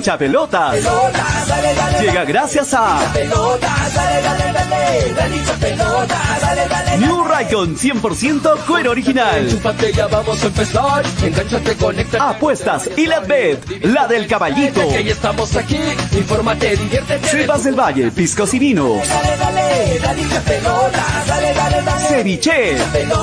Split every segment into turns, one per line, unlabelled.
Hincha Pelotas llega gracias a New Raycon 100% cuero original.
Ya vamos a empezar. Engánchate, conéctate.
Apuestas y la Bet, la del caballito.
Que ya estamos aquí. Infórmate, diviértete.
Sebas del Valle, piscos y vinos. Ceviche.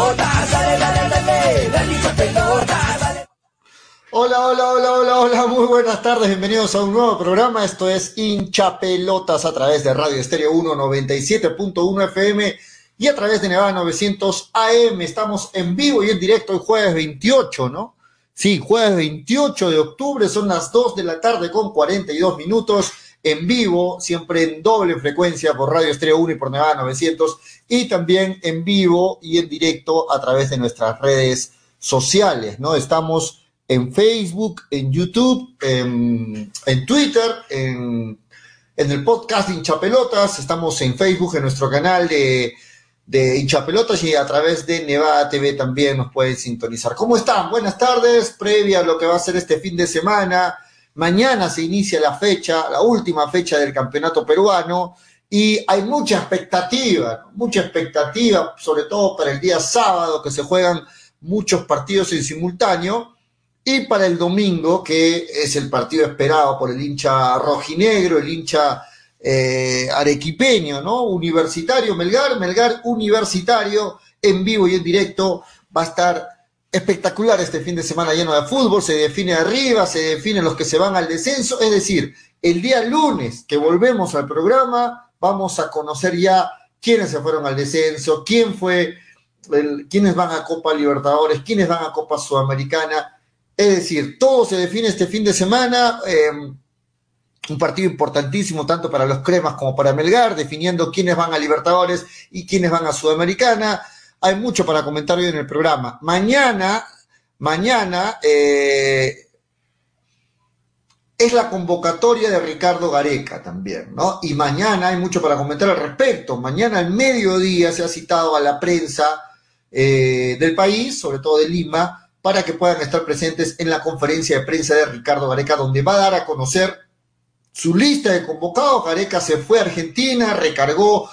Hola, muy buenas tardes, bienvenidos a un nuevo programa. Esto es Hincha Pelotas a través de Radio Estéreo 197.1 FM y a través de Nevada 900 AM. Estamos en vivo y en directo el jueves 28, ¿no? Sí, jueves 28 de octubre, son las 2 de la tarde con 42 minutos, en vivo, siempre en doble frecuencia por Radio Estéreo 1 y por Nevada 900, y también en vivo y en directo a través de nuestras redes sociales, ¿no? Estamos en Facebook, en YouTube, en Twitter, en el podcast de Hincha Pelotas. Estamos en Facebook, en nuestro canal de Hincha Pelotas, y a través de Nevada TV también nos pueden sintonizar. ¿Cómo están? Buenas tardes. Previa a lo que va a ser este fin de semana, mañana se inicia la última fecha del campeonato peruano, y hay mucha expectativa, sobre todo para el día sábado, que se juegan muchos partidos en simultáneo. Y para el domingo, que es el partido esperado por el hincha rojinegro, el hincha arequipeño, ¿no? Universitario, Melgar Universitario, en vivo y en directo. Va a estar espectacular este fin de semana, lleno de fútbol. Se define arriba, se definen los que se van al descenso. Es decir, el día lunes que volvemos al programa, vamos a conocer ya quiénes se fueron al descenso, quiénes van a Copa Libertadores, quiénes van a Copa Sudamericana. Es decir, todo se define este fin de semana, un partido importantísimo tanto para los cremas como para Melgar, definiendo quiénes van a Libertadores y quiénes van a Sudamericana. Hay mucho para comentar hoy en el programa. Mañana es la convocatoria de Ricardo Gareca también, ¿no? Y mañana hay mucho para comentar al respecto. Mañana al mediodía se ha citado a la prensa del país, sobre todo de Lima, para que puedan estar presentes en la conferencia de prensa de Ricardo Gareca, donde va a dar a conocer su lista de convocados. Gareca se fue a Argentina, recargó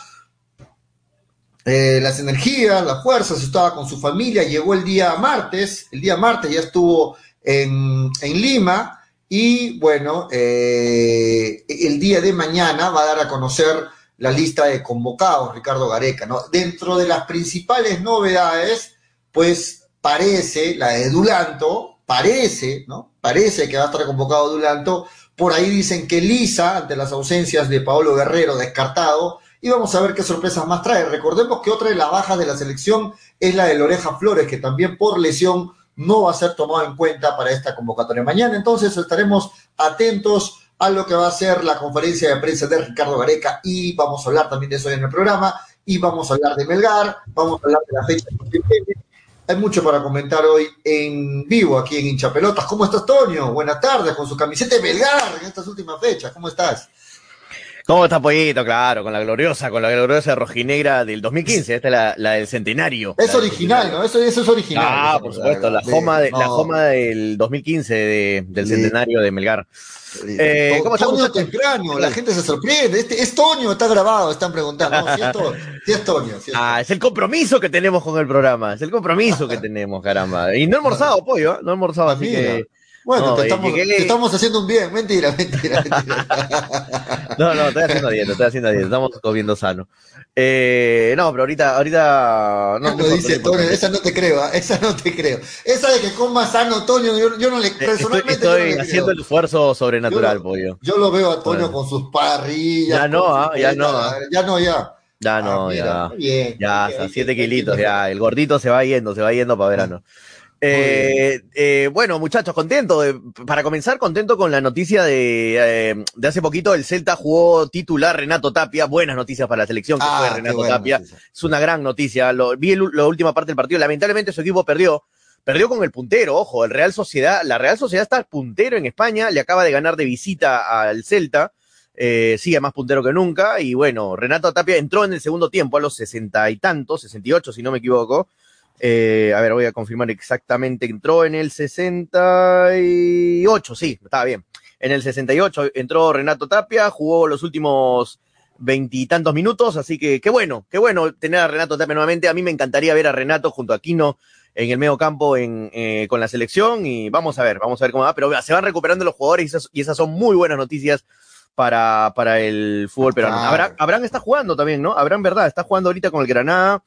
las energías, las fuerzas, estaba con su familia, llegó el día martes ya estuvo en Lima, y bueno, el día de mañana va a dar a conocer la lista de convocados Ricardo Gareca, ¿no? Dentro de las principales novedades, pues parece, la de Dulanto, ¿no? Parece que va a estar convocado Dulanto. Por ahí dicen que Lisa, ante las ausencias de Paolo Guerrero, descartado, y vamos a ver qué sorpresas más trae. Recordemos que otra de las bajas de la selección es la de Oreja Flores, que también por lesión no va a ser tomado en cuenta para esta convocatoria. Mañana entonces estaremos atentos a lo que va a ser la conferencia de prensa de Ricardo Gareca, y vamos a hablar también de eso en el programa, y vamos a hablar de Melgar, vamos a hablar de la fecha que viene. Hay mucho para comentar hoy en vivo aquí en Hincha Pelotas. ¿Cómo estás, Toño? Buenas tardes, con su camiseta de Melgar en estas últimas fechas. ¿Cómo estás?
¿Cómo está, Pollito? Claro, con la gloriosa rojinegra del 2015. Esta es la del centenario.
Es original, ¿no? Eso es original.
Ah, por supuesto, la Joma del 2015 del centenario de Melgar.
¿Cómo está? Toño temprano, la gente se sorprende. Es Toño, está grabado, están preguntando. No, sí es Toño.
Es el compromiso que tenemos con el programa. Es el compromiso que tenemos, caramba. Y no he almorzado, Pollo, ¿eh? No he almorzado, así que...
Bueno, te estamos haciendo un bien. Mentira.
No, estoy haciendo dieta, estamos comiendo sano. No, pero ahorita
no dice Toño, esa no te creo. Esa de que coma sano, Toño, yo no le personalmente
estoy haciendo el esfuerzo sobrenatural, Pollo.
Yo lo veo a Toño con sus parrillas.
Ya no.
Bien.
Ya, 7 kilitos, ya. El gordito se va yendo para verano. Bueno, muchachos, para comenzar, contento con la noticia de hace poquito. El Celta jugó titular Renato Tapia. Buenas noticias para la selección que fue Renato Tapia. Noticia. Es una gran noticia. Vi la última parte del partido. Lamentablemente su equipo perdió con el puntero. Ojo, la Real Sociedad está puntero en España. Le acaba de ganar de visita al Celta. Sigue más puntero que nunca. Y bueno, Renato Tapia entró en el segundo tiempo a los 60 y tantos, 68 si no me equivoco. A ver, voy a confirmar exactamente. Entró en el 68, sí, estaba bien. En el 68 entró Renato Tapia, jugó los últimos 20 y tantos minutos, así que qué bueno tener a Renato Tapia nuevamente. A mí me encantaría ver a Renato junto a Aquino en el medio campo con la selección, y vamos a ver cómo va, pero se van recuperando los jugadores y esas son muy buenas noticias para el fútbol peruano. Abraham está jugando también, ¿no? Abraham, verdad, está jugando ahorita con el Granada,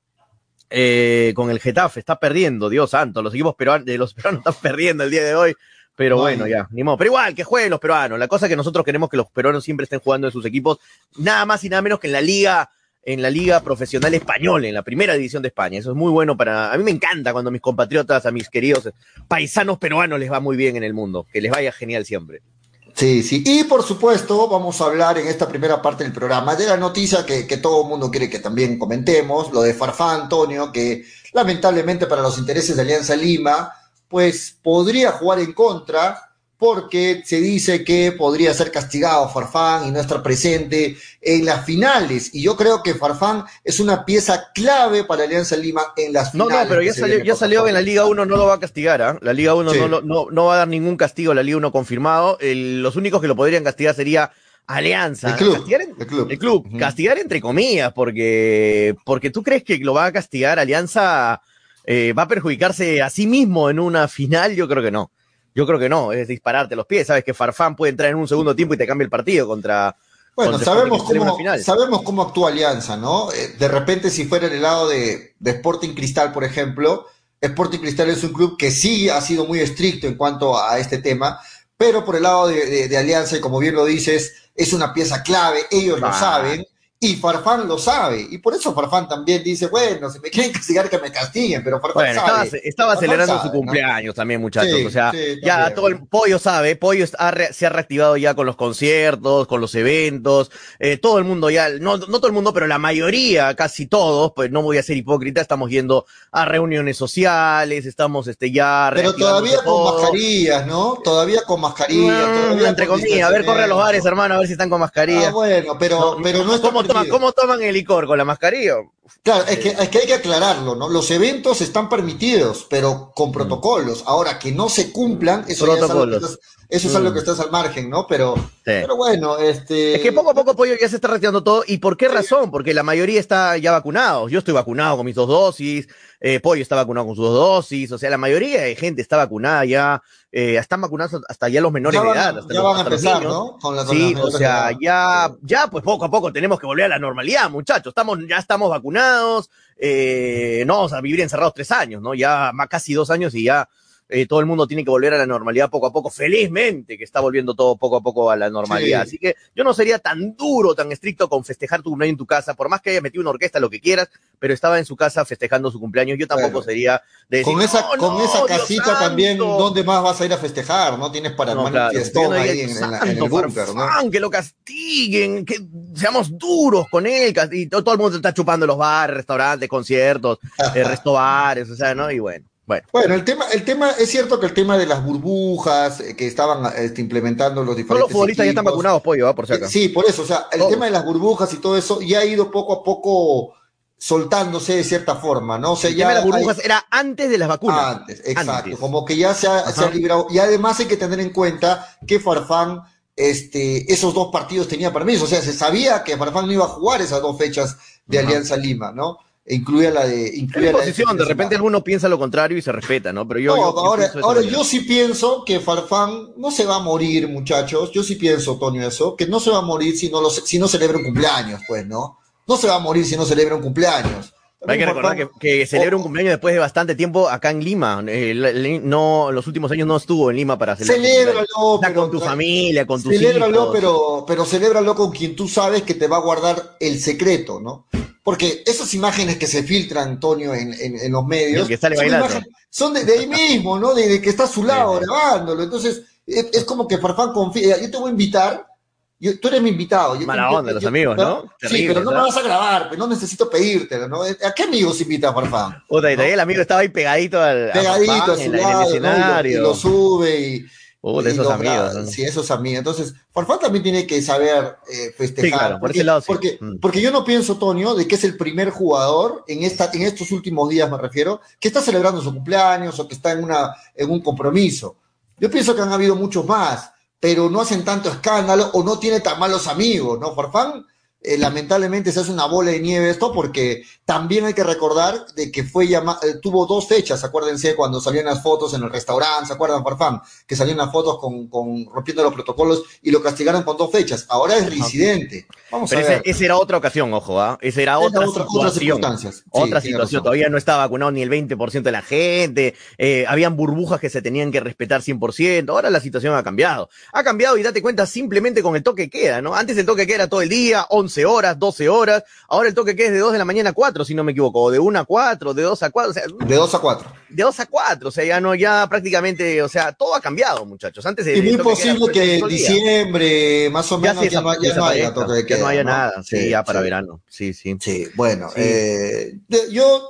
con el Getafe, está perdiendo, Dios santo, los equipos peruanos están perdiendo el día de hoy, pero bueno, ya, ni modo. Pero igual, que jueguen los peruanos. La cosa es que nosotros queremos que los peruanos siempre estén jugando en sus equipos, nada más y nada menos que en la liga profesional española, en la primera división de España. Eso es muy bueno a mí me encanta cuando a mis compatriotas, a mis queridos paisanos peruanos les va muy bien en el mundo, que les vaya genial siempre.
Sí, y por supuesto vamos a hablar en esta primera parte del programa de la noticia que todo el mundo quiere que también comentemos, lo de Farfán, Antonio, que lamentablemente para los intereses de Alianza Lima, pues podría jugar en contra, porque se dice que podría ser castigado Farfán y no estar presente en las finales, y yo creo que Farfán es una pieza clave para Alianza Lima en las finales.
No, pero ya salió en la Liga 1, no lo va a castigar, ¿eh? La Liga 1 sí. no va a dar ningún castigo, la Liga 1 confirmado. Los únicos que lo podrían castigar sería Alianza. El club. Uh-huh. Castigar entre comillas, porque tú crees que lo va a castigar Alianza, va a perjudicarse a sí mismo en una final. Yo creo que no, es dispararte los pies. Sabes que Farfán puede entrar en un segundo tiempo y te cambia el partido contra...
Bueno, sabemos cómo actúa Alianza, ¿no? De repente, si fuera el lado de Sporting Cristal, por ejemplo, Sporting Cristal es un club que sí ha sido muy estricto en cuanto a este tema, pero por el lado de Alianza, y como bien lo dices, es una pieza clave, ellos lo saben, y Farfán lo sabe, y por eso Farfán también dice, bueno, si me quieren castigar, que me castiguen, pero Farfán sabe.
Estaba celebrando su cumpleaños, ¿no? También, muchachos, o sea, ya también, todo el Pollo sabe, se ha reactivado ya con los conciertos, con los eventos, todo el mundo ya, no todo el mundo, pero la mayoría, casi todos, pues no voy a ser hipócrita, estamos yendo a reuniones sociales, estamos ya...
Pero todavía con mascarillas, ¿no? Todavía con mascarillas.
Entre comillas, a ver, corre a los bares, hermano, a ver si están con mascarillas.
Bueno, pero no está...
¿Cómo toman el licor? ¿Con la mascarilla?
Claro, es que hay que aclararlo, ¿no? Los eventos están permitidos, pero con protocolos. Ahora, que no se cumplan, eso es algo que estás al margen, ¿no? Pero bueno, Es
que poco a poco, Pollo, ya se está retirando todo. ¿Y por qué razón? Porque la mayoría está ya vacunado. Yo estoy vacunado con mis 2 dosis, Pollo está vacunado con sus 2 dosis, o sea, la mayoría de gente está vacunada ya, están vacunados hasta ya los menores de edad.
Ya van a empezar, ¿no?
Sí, o sea, ya pues poco a poco tenemos que volver a la normalidad, muchachos. Ya estamos vacunados, no vamos a vivir encerrados 3 años, ¿no? Ya casi 2 años y ya todo el mundo tiene que volver a la normalidad poco a poco, felizmente que está volviendo todo poco a poco a la normalidad, sí. Así que yo no sería tan duro, tan estricto con festejar tu cumpleaños en tu casa, por más que haya metido una orquesta, lo que quieras, pero estaba en su casa festejando su cumpleaños, yo tampoco sería de decir,
con esa casita también, ¿dónde más vas a ir a festejar? ¿No? Tienes para armar un fiestón ahí en el búnker, ¿no?
Que lo castiguen, que seamos duros con él, y todo el mundo está chupando los bares, restaurantes, conciertos, restobares, o sea, ¿no? Y bueno,
el tema es cierto que el tema de las burbujas que estaban implementando los diferentes
todos los futbolistas ya están vacunados, Pollo, por si acaso.
Sí, por eso, o sea, el tema de las burbujas y todo eso ya ha ido poco a poco soltándose de cierta forma, ¿no? O sea, el tema de las burbujas
era antes de las vacunas.
Exacto, como que ya se ha liberado, y además hay que tener en cuenta que Farfán esos 2 partidos tenía permiso, o sea, se sabía que Farfán no iba a jugar esas 2 fechas de Alianza Lima, ¿no? Incluye la de
posición, de repente alguno piensa lo contrario y se respeta, ¿no? Pero
ahora yo sí pienso que Farfán no se va a morir, muchachos. Yo sí pienso, Tonio, eso, que no se va a morir si no celebra un cumpleaños, pues, ¿no? No se va a morir si no celebra un cumpleaños.
Hay que recordar que celebra un cumpleaños después de bastante tiempo acá en Lima. Los últimos años no estuvo en Lima para celebrar.
Celébralo,
con tu familia, con tus hijos.
Celébralo, pero celébralo con quien tú sabes que te va a guardar el secreto, ¿no? Porque esas imágenes que se filtran, Antonio, en los medios, son de ahí mismo, ¿no? De que está a su lado grabándolo. Entonces, es como que Farfán confía. Yo te voy a invitar, tú eres mi invitado.
Mala onda, los amigos, ¿no?
Terrible, sí, pero no me vas a grabar, no necesito pedírtelo, ¿no? ¿A qué amigos invita Farfán?
Y todavía el amigo estaba ahí pegadito a su lado,
en el escenario. Y lo sube
esos amigos.
¿No? Sí, esos amigos. Entonces, Farfán también tiene que saber festejar.
Sí, claro, por ese lado sí.
Porque yo no pienso, Tonio, de que es el primer jugador, en estos últimos días me refiero, que está celebrando su cumpleaños o que está en un compromiso. Yo pienso que han habido muchos más. pero no hacen tanto escándalo o no tiene tan malos amigos, ¿no? Farfán, lamentablemente se hace una bola de nieve esto porque también hay que recordar de que tuvo 2 fechas, acuérdense cuando salían las fotos en el restaurante, ¿se acuerdan, Farfán? Que salían las fotos con rompiendo los protocolos y lo castigaron con 2 fechas. Ahora es reincidente. Vamos
Pero
a ver.
esa era otra ocasión, ojo, ¿ah? Esa era otra situación.
Otras circunstancias.
Otra situación. Todavía no estaba vacunado ni el 20% de la gente. Habían burbujas que se tenían que respetar 100%. Ahora la situación ha cambiado. Ha cambiado y date cuenta simplemente con el toque queda, ¿no? Antes el toque queda era todo el día, 11 horas, 12 horas. Ahora el toque queda es de 2 de la mañana a 4, si no me equivoco. O de 1 a 4, de 2 a 4. O sea,
de 2 a 4.
De 2 a 4. O sea, ya prácticamente, o sea, todo ha cambiado, muchachos. Antes
y muy posible que en diciembre, más o menos, ya no haya toque de queda.
Ya no haya nada. Sí, ya para verano. Sí.
Sí, bueno, yo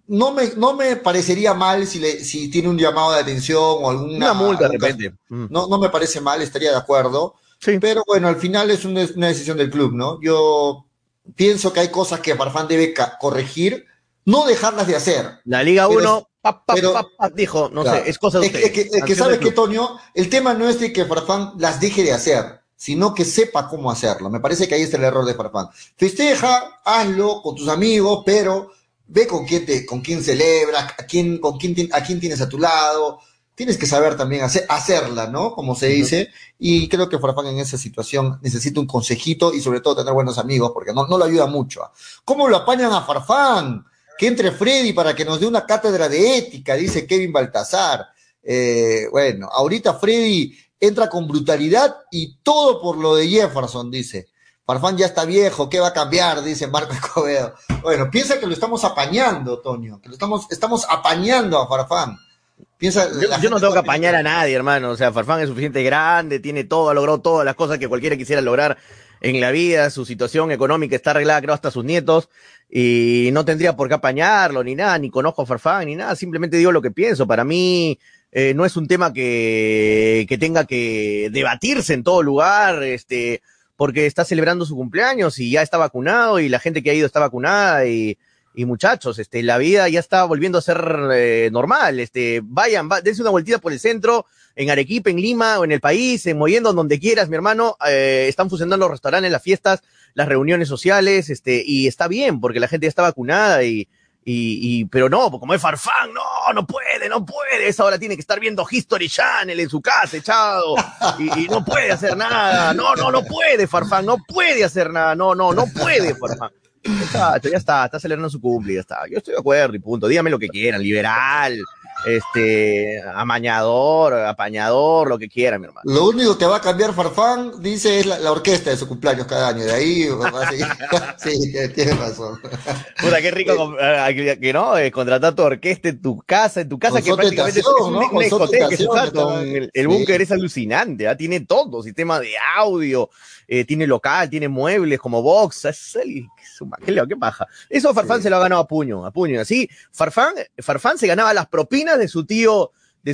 no me parecería mal si tiene un llamado de atención o
una multa de repente.
No me parece mal, estaría de acuerdo. Sí. Pero bueno, al final es una decisión del club, ¿no? Yo pienso que hay cosas que Farfán debe corregir, no dejarlas de hacer.
La Liga 1 dijo, no sé, es cosa de ustedes.
Es que sabes que, Tonio, el tema no es de que Farfán las deje de hacer, sino que sepa cómo hacerlo. Me parece que ahí está el error de Farfán. Festeja, hazlo con tus amigos, pero ve con quién celebras, a quién tienes a tu lado. Tienes que saber también hacerla, ¿no? Como se dice. Y creo que Farfán en esa situación necesita un consejito y sobre todo tener buenos amigos, porque no lo ayuda mucho. ¿Cómo lo apañan a Farfán? Que entre Freddy para que nos dé una cátedra de ética, dice Kevin Baltasar. Bueno, ahorita Freddy entra con brutalidad y todo por lo de Jefferson, dice. Farfán ya está viejo, ¿qué va a cambiar? Dice Marco Escobedo. Bueno, piensa que lo estamos apañando, Tonio, que lo estamos apañando a Farfán.
Yo no tengo que apañar a nadie, hermano. O sea, Farfán es suficiente grande, tiene todo, ha logrado todas las cosas que cualquiera quisiera lograr en la vida. Su situación económica está arreglada, creo, hasta sus nietos. Y no tendría por qué apañarlo, ni nada, ni conozco a Farfán, ni nada. Simplemente digo lo que pienso. Para mí, no es un tema que tenga que debatirse en todo lugar, porque está celebrando su cumpleaños y ya está vacunado y la gente que ha ido está vacunada y muchachos, la vida ya está volviendo a ser normal. Vayan, dense una vueltita por el centro, en Arequipa, en Lima, o en el país, en Mollendo, donde quieras, mi hermano. Están funcionando los restaurantes, las fiestas, las reuniones sociales, y está bien, porque la gente ya está vacunada pero no, como es Farfán, no puede. Esa hora tiene que estar viendo History Channel en su casa, echado, y no puede hacer nada. No puede, Farfán, no puede hacer nada. No puede, Farfán. Ya está celebrando su cumple, ya está. Yo estoy de acuerdo y punto. Dígame lo que quieran, liberal, amañador, apañador, lo que quieran, mi hermano.
Lo único que va a cambiar Farfán, dice, es la orquesta de su cumpleaños cada año. De ahí va a seguir. Sí, tienes razón.
Puta, qué rico que no, contratar tu orquesta en tu casa que prácticamente es una discoteca, exacto. El búnker es alucinante, ¿eh? Tiene todo, sistema de audio, tiene local, tiene muebles como box, qué paja. Eso Farfán se lo ha ganado a puño, así. Farfán se ganaba las propinas de su tío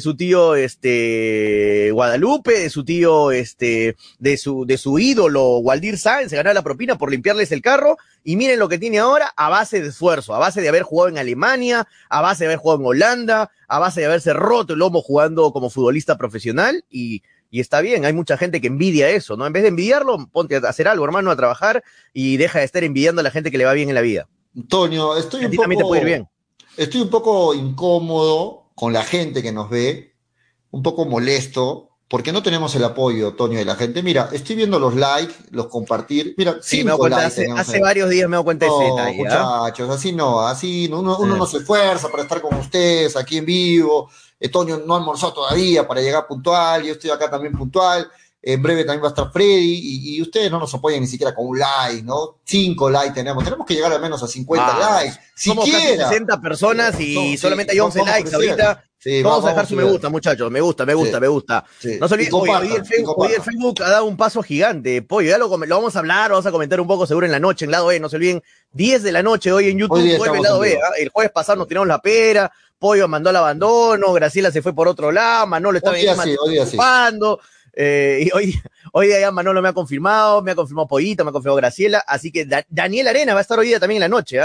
Guadalupe, de su tío, de su ídolo Waldir Sáenz, se ganaba la propina por limpiarles el carro, y miren lo que tiene ahora a base de esfuerzo, a base de haber jugado en Alemania, a base de haber jugado en Holanda, a base de haberse roto el lomo jugando como futbolista profesional, y está bien, hay mucha gente que envidia eso, ¿no? En vez de envidiarlo, ponte a hacer algo, hermano, a trabajar, y deja de estar envidiando a la gente que le va bien en la vida.
Antonio,
también te puede ir bien.
Estoy un poco incómodo con la gente que nos ve, un poco molesto, porque no tenemos el apoyo, Toño, de la gente. Mira, estoy viendo los likes, los compartir. Mira,
sí, me doy cuenta, hace varios días me doy cuenta de ese detalle.
Muchachos, así no, uno no se esfuerza para estar con ustedes aquí en vivo. Toño no almorzó todavía para llegar puntual, yo estoy acá también puntual. En breve también va a estar Freddy, y ustedes no nos apoyan ni siquiera con un like, ¿no? 5 likes tenemos que llegar al menos a 50 likes.
Somos casi 60 personas y solamente hay 11 likes ahorita. Sí, vamos a dejar su me gusta, muchachos, me gusta. Sí. No se olviden, hoy el Facebook ha dado un paso gigante, pollo, ya lo vamos a hablar, vamos a comentar un poco seguro en la noche, en lado B, no se olviden, 10 de la noche hoy en YouTube, vuelve el lado B, el jueves pasado nos tiramos la pera, Pollo mandó al abandono, Graciela se fue por otro lado, Manolo estaba ocupando. Y hoy día ya Manolo me ha confirmado Pollito, me ha confirmado Graciela, así que Daniel Arena va a estar hoy día también en la noche,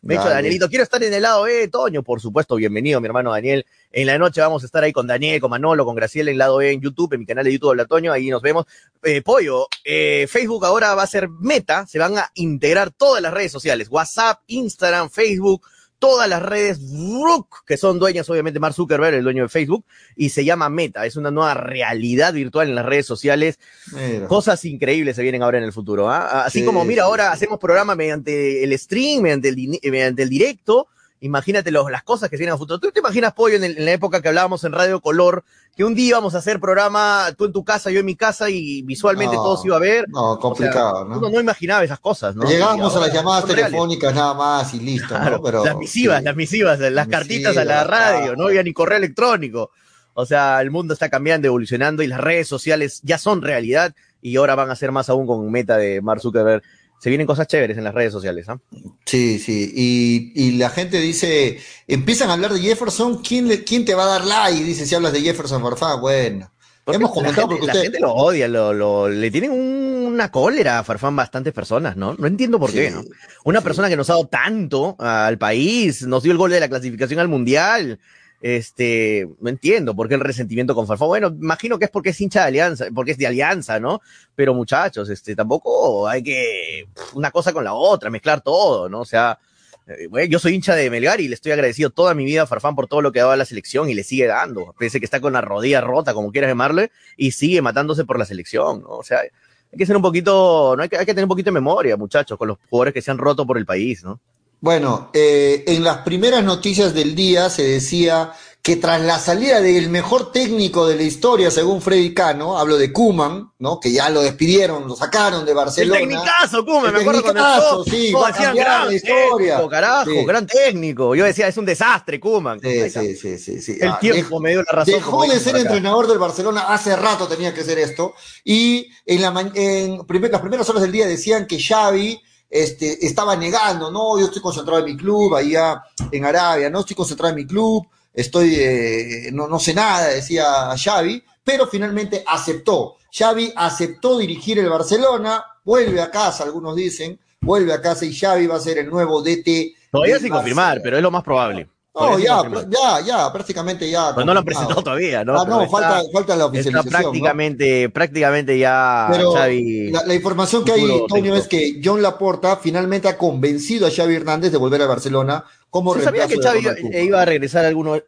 Me he dicho, Danielito, quiero estar en el lado B, Toño. Por supuesto, bienvenido, mi hermano Daniel. En la noche vamos a estar ahí con Daniel, con Manolo, con Graciela en el lado B en YouTube, en mi canal de YouTube Habla Toño, ahí nos vemos. Pollo, Facebook ahora va a ser Meta, se van a integrar todas las redes sociales, WhatsApp, Instagram, Facebook, todas las redes que son dueñas, obviamente, Mark Zuckerberg, el dueño de Facebook, y se llama Meta. Es una nueva realidad virtual en las redes sociales. Mira. Cosas increíbles se vienen ahora en el futuro. Así sí, como, mira, ahora hacemos programa mediante el stream, mediante el directo. Imagínate las cosas que se vienen a futuro. ¿Tú te imaginas, Pollo, en la época que hablábamos en Radio Color, que un día íbamos a hacer programa, tú en tu casa, yo en mi casa, y visualmente todo se iba a ver?
No, complicado, o sea,
¿no? Uno no imaginaba esas cosas, ¿no?
Llegábamos a las llamadas telefónicas nada más y listo, claro, ¿no? Pero,
las misivas, las cartitas a la radio, no había ni correo electrónico. O sea, el mundo está cambiando, evolucionando, y las redes sociales ya son realidad, y ahora van a ser más aún con Meta de Mark Zuckerberg. Se vienen cosas chéveres en las redes sociales, ¿ah?
Sí, sí, y la gente dice, empiezan a hablar de Jefferson, ¿quién te va a dar like? Dice, si hablas de Jefferson Farfán, bueno.
Porque hemos comentado porque la gente lo odia, le tienen una cólera a Farfán bastantes personas, ¿no? No entiendo por qué, ¿no? Una persona que nos ha dado tanto al país, nos dio el gol de la clasificación al Mundial. No entiendo por qué el resentimiento con Farfán. Bueno, imagino que es porque es hincha de Alianza, porque es de Alianza, ¿no? Pero muchachos, tampoco hay que una cosa con la otra, mezclar todo, ¿no? O sea, bueno, yo soy hincha de Melgar y le estoy agradecido toda mi vida a Farfán por todo lo que ha dado a la selección y le sigue dando, pese que está con la rodilla rota, como quieras llamarle, y sigue matándose por la selección, ¿no? O sea, hay que ser un poquito, no hay que tener un poquito de memoria, muchachos, con los jugadores que se han roto por el país, ¿no?
Bueno, en las primeras noticias del día se decía que tras la salida del mejor técnico de la historia, según Freddy Cano, hablo de Koeman, ¿no? Que ya lo despidieron, lo sacaron de Barcelona.
El tecnicazo, Koeman, me acuerdo con
el sí, va a cambiar la historia.
Técnico, carajo, sí. Gran técnico. Yo decía, es un desastre, Koeman.
Sí.
El tiempo me dio la razón.
Dejó de ser entrenador del Barcelona, hace rato tenía que ser esto, y las primeras horas del día decían que Xavi estaba negando, no, yo estoy concentrado en mi club, allá en Arabia, no estoy concentrado en mi club, no sé nada, decía Xavi, pero finalmente aceptó. Xavi aceptó dirigir el Barcelona, vuelve a casa, algunos dicen, vuelve a casa y Xavi va a ser el nuevo DT.
Todavía sin confirmar, pero es lo más probable.
No, ya, prácticamente ya.
Pues no lo han presentado todavía, ¿no?
No, falta la oficialización.
Está prácticamente ya.
Pero
Xavi,
la información que hay, Toño, es que John Laporta finalmente ha convencido a Xavi Hernández de volver a Barcelona como reemplazo.
¿Sabía que Xavi iba a regresar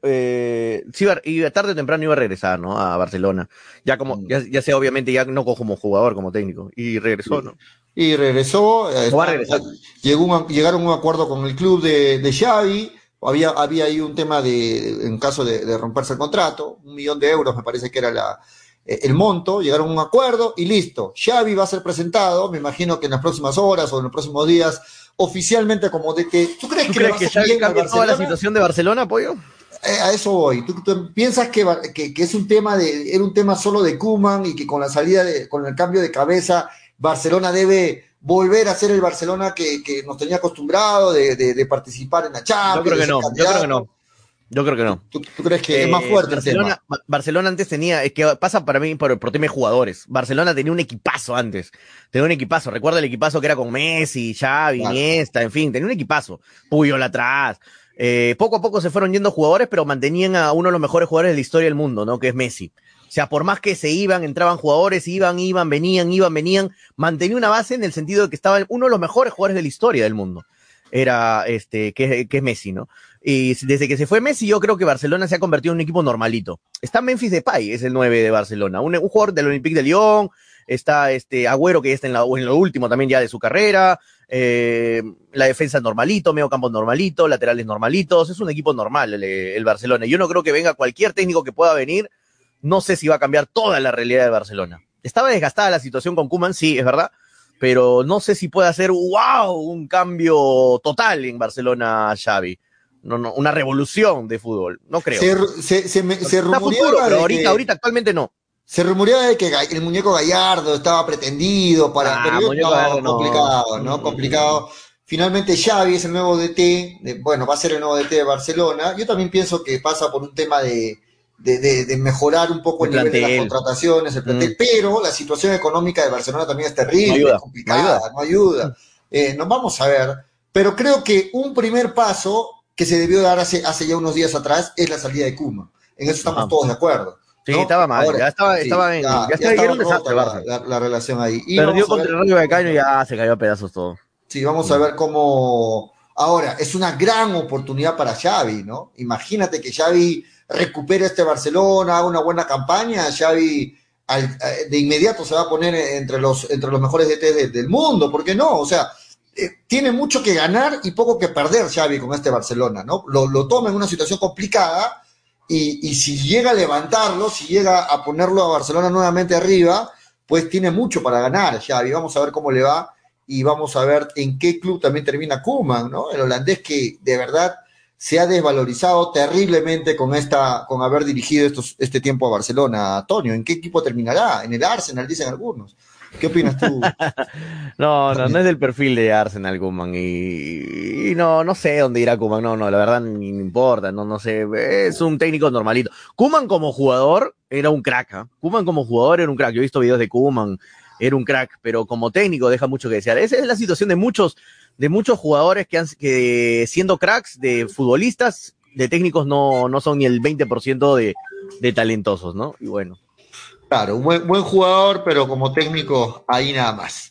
tarde o temprano iba a regresar, ¿no? A Barcelona. Ya ya sea obviamente ya no como jugador, como técnico. Y regresó, ¿no?
Y regresó.
Va a regresar.
Llegaron a un acuerdo con el club de Xavi. Había ahí un tema en caso de romperse el contrato, 1 millón de euros me parece que era el monto, llegaron a un acuerdo y listo. Xavi va a ser presentado, me imagino que en las próximas horas o en los próximos días, oficialmente como DT.
¿Tú crees que Xavi cambia toda la situación de Barcelona, Pollo?
A eso voy. ¿Tú piensas que es un tema era un tema solo de Koeman y que con la salida con el cambio de cabeza, Barcelona debe volver a ser el Barcelona que nos tenía acostumbrado de participar en la Champions?
Yo creo que no.
¿Tú crees que es más fuerte
Barcelona,
el tema?
Barcelona antes tenía, es que pasa para mí por tema de jugadores. Barcelona tenía un equipazo antes. Recuerda el equipazo que era con Messi, Xavi, Iniesta, en fin, tenía un equipazo. Puyol atrás. Poco a poco se fueron yendo jugadores, pero mantenían a uno de los mejores jugadores de la historia del mundo, ¿no? Que es Messi. O sea, por más que se entraban jugadores, iban, venían, mantenía una base en el sentido de que estaba uno de los mejores jugadores de la historia del mundo. Era que es Messi, ¿no? Y desde que se fue Messi, yo creo que Barcelona se ha convertido en un equipo normalito. Está Memphis Depay, es el 9 de Barcelona, un jugador del Olympique de Lyon. Está Agüero, que ya está en lo último también ya de su carrera. La defensa normalito, medio campo normalito, laterales normalitos. Es un equipo normal el Barcelona. Yo no creo que venga cualquier técnico que pueda venir. No sé si va a cambiar toda la realidad de Barcelona. Estaba desgastada la situación con Koeman, sí, es verdad, pero no sé si puede hacer, un cambio total en Barcelona, Xavi. No, una revolución de fútbol, no creo.
Se rumoreaba
pero ahorita actualmente no.
Se rumoreaba de que el muñeco Gallardo estaba pretendido pero complicado. Finalmente Xavi es el nuevo DT, va a ser el nuevo DT de Barcelona. Yo también pienso que pasa por un tema de mejorar un poco el nivel de las contrataciones, el plantel, pero la situación económica de Barcelona también es terrible, es complicada, no ayuda. Nos vamos a ver, Pero creo que un primer paso que se debió dar hace ya unos días atrás es la salida de Koeman. En eso estamos todos de acuerdo.
Sí, ¿no? Estaba mal,
ahora,
ya estaba
la relación ahí. Y
perdió contra el Rayo Vallecano y ya se cayó a pedazos todo.
Sí, vamos a ver cómo... Ahora, es una gran oportunidad para Xavi, ¿no? Imagínate que Xavi recupere este Barcelona, haga una buena campaña, Xavi de inmediato se va a poner entre los mejores DT del mundo, ¿por qué no? O sea, tiene mucho que ganar y poco que perder Xavi con este Barcelona, ¿no? Lo toma en una situación complicada y si llega a levantarlo, si llega a ponerlo a Barcelona nuevamente arriba, pues tiene mucho para ganar Xavi. Vamos a ver cómo le va y vamos a ver en qué club también termina Koeman, ¿no? El holandés que de verdad se ha desvalorizado terriblemente con haber dirigido este tiempo a Barcelona. Antonio, ¿en qué equipo terminará? En el Arsenal, dicen algunos. ¿Qué opinas tú?
No es del perfil de Arsenal Koeman y no sé dónde irá Koeman, no, la verdad ni me importa, no sé, es un técnico normalito. Koeman como jugador era un crack, ¿eh? Koeman como jugador era un crack, yo he visto videos de Koeman, era un crack, pero como técnico deja mucho que desear. Esa es la situación de muchos jugadores que siendo cracks, de futbolistas, de técnicos no son ni el 20% de talentosos, ¿no? Y bueno.
Claro, un buen jugador, pero como técnico, ahí nada más.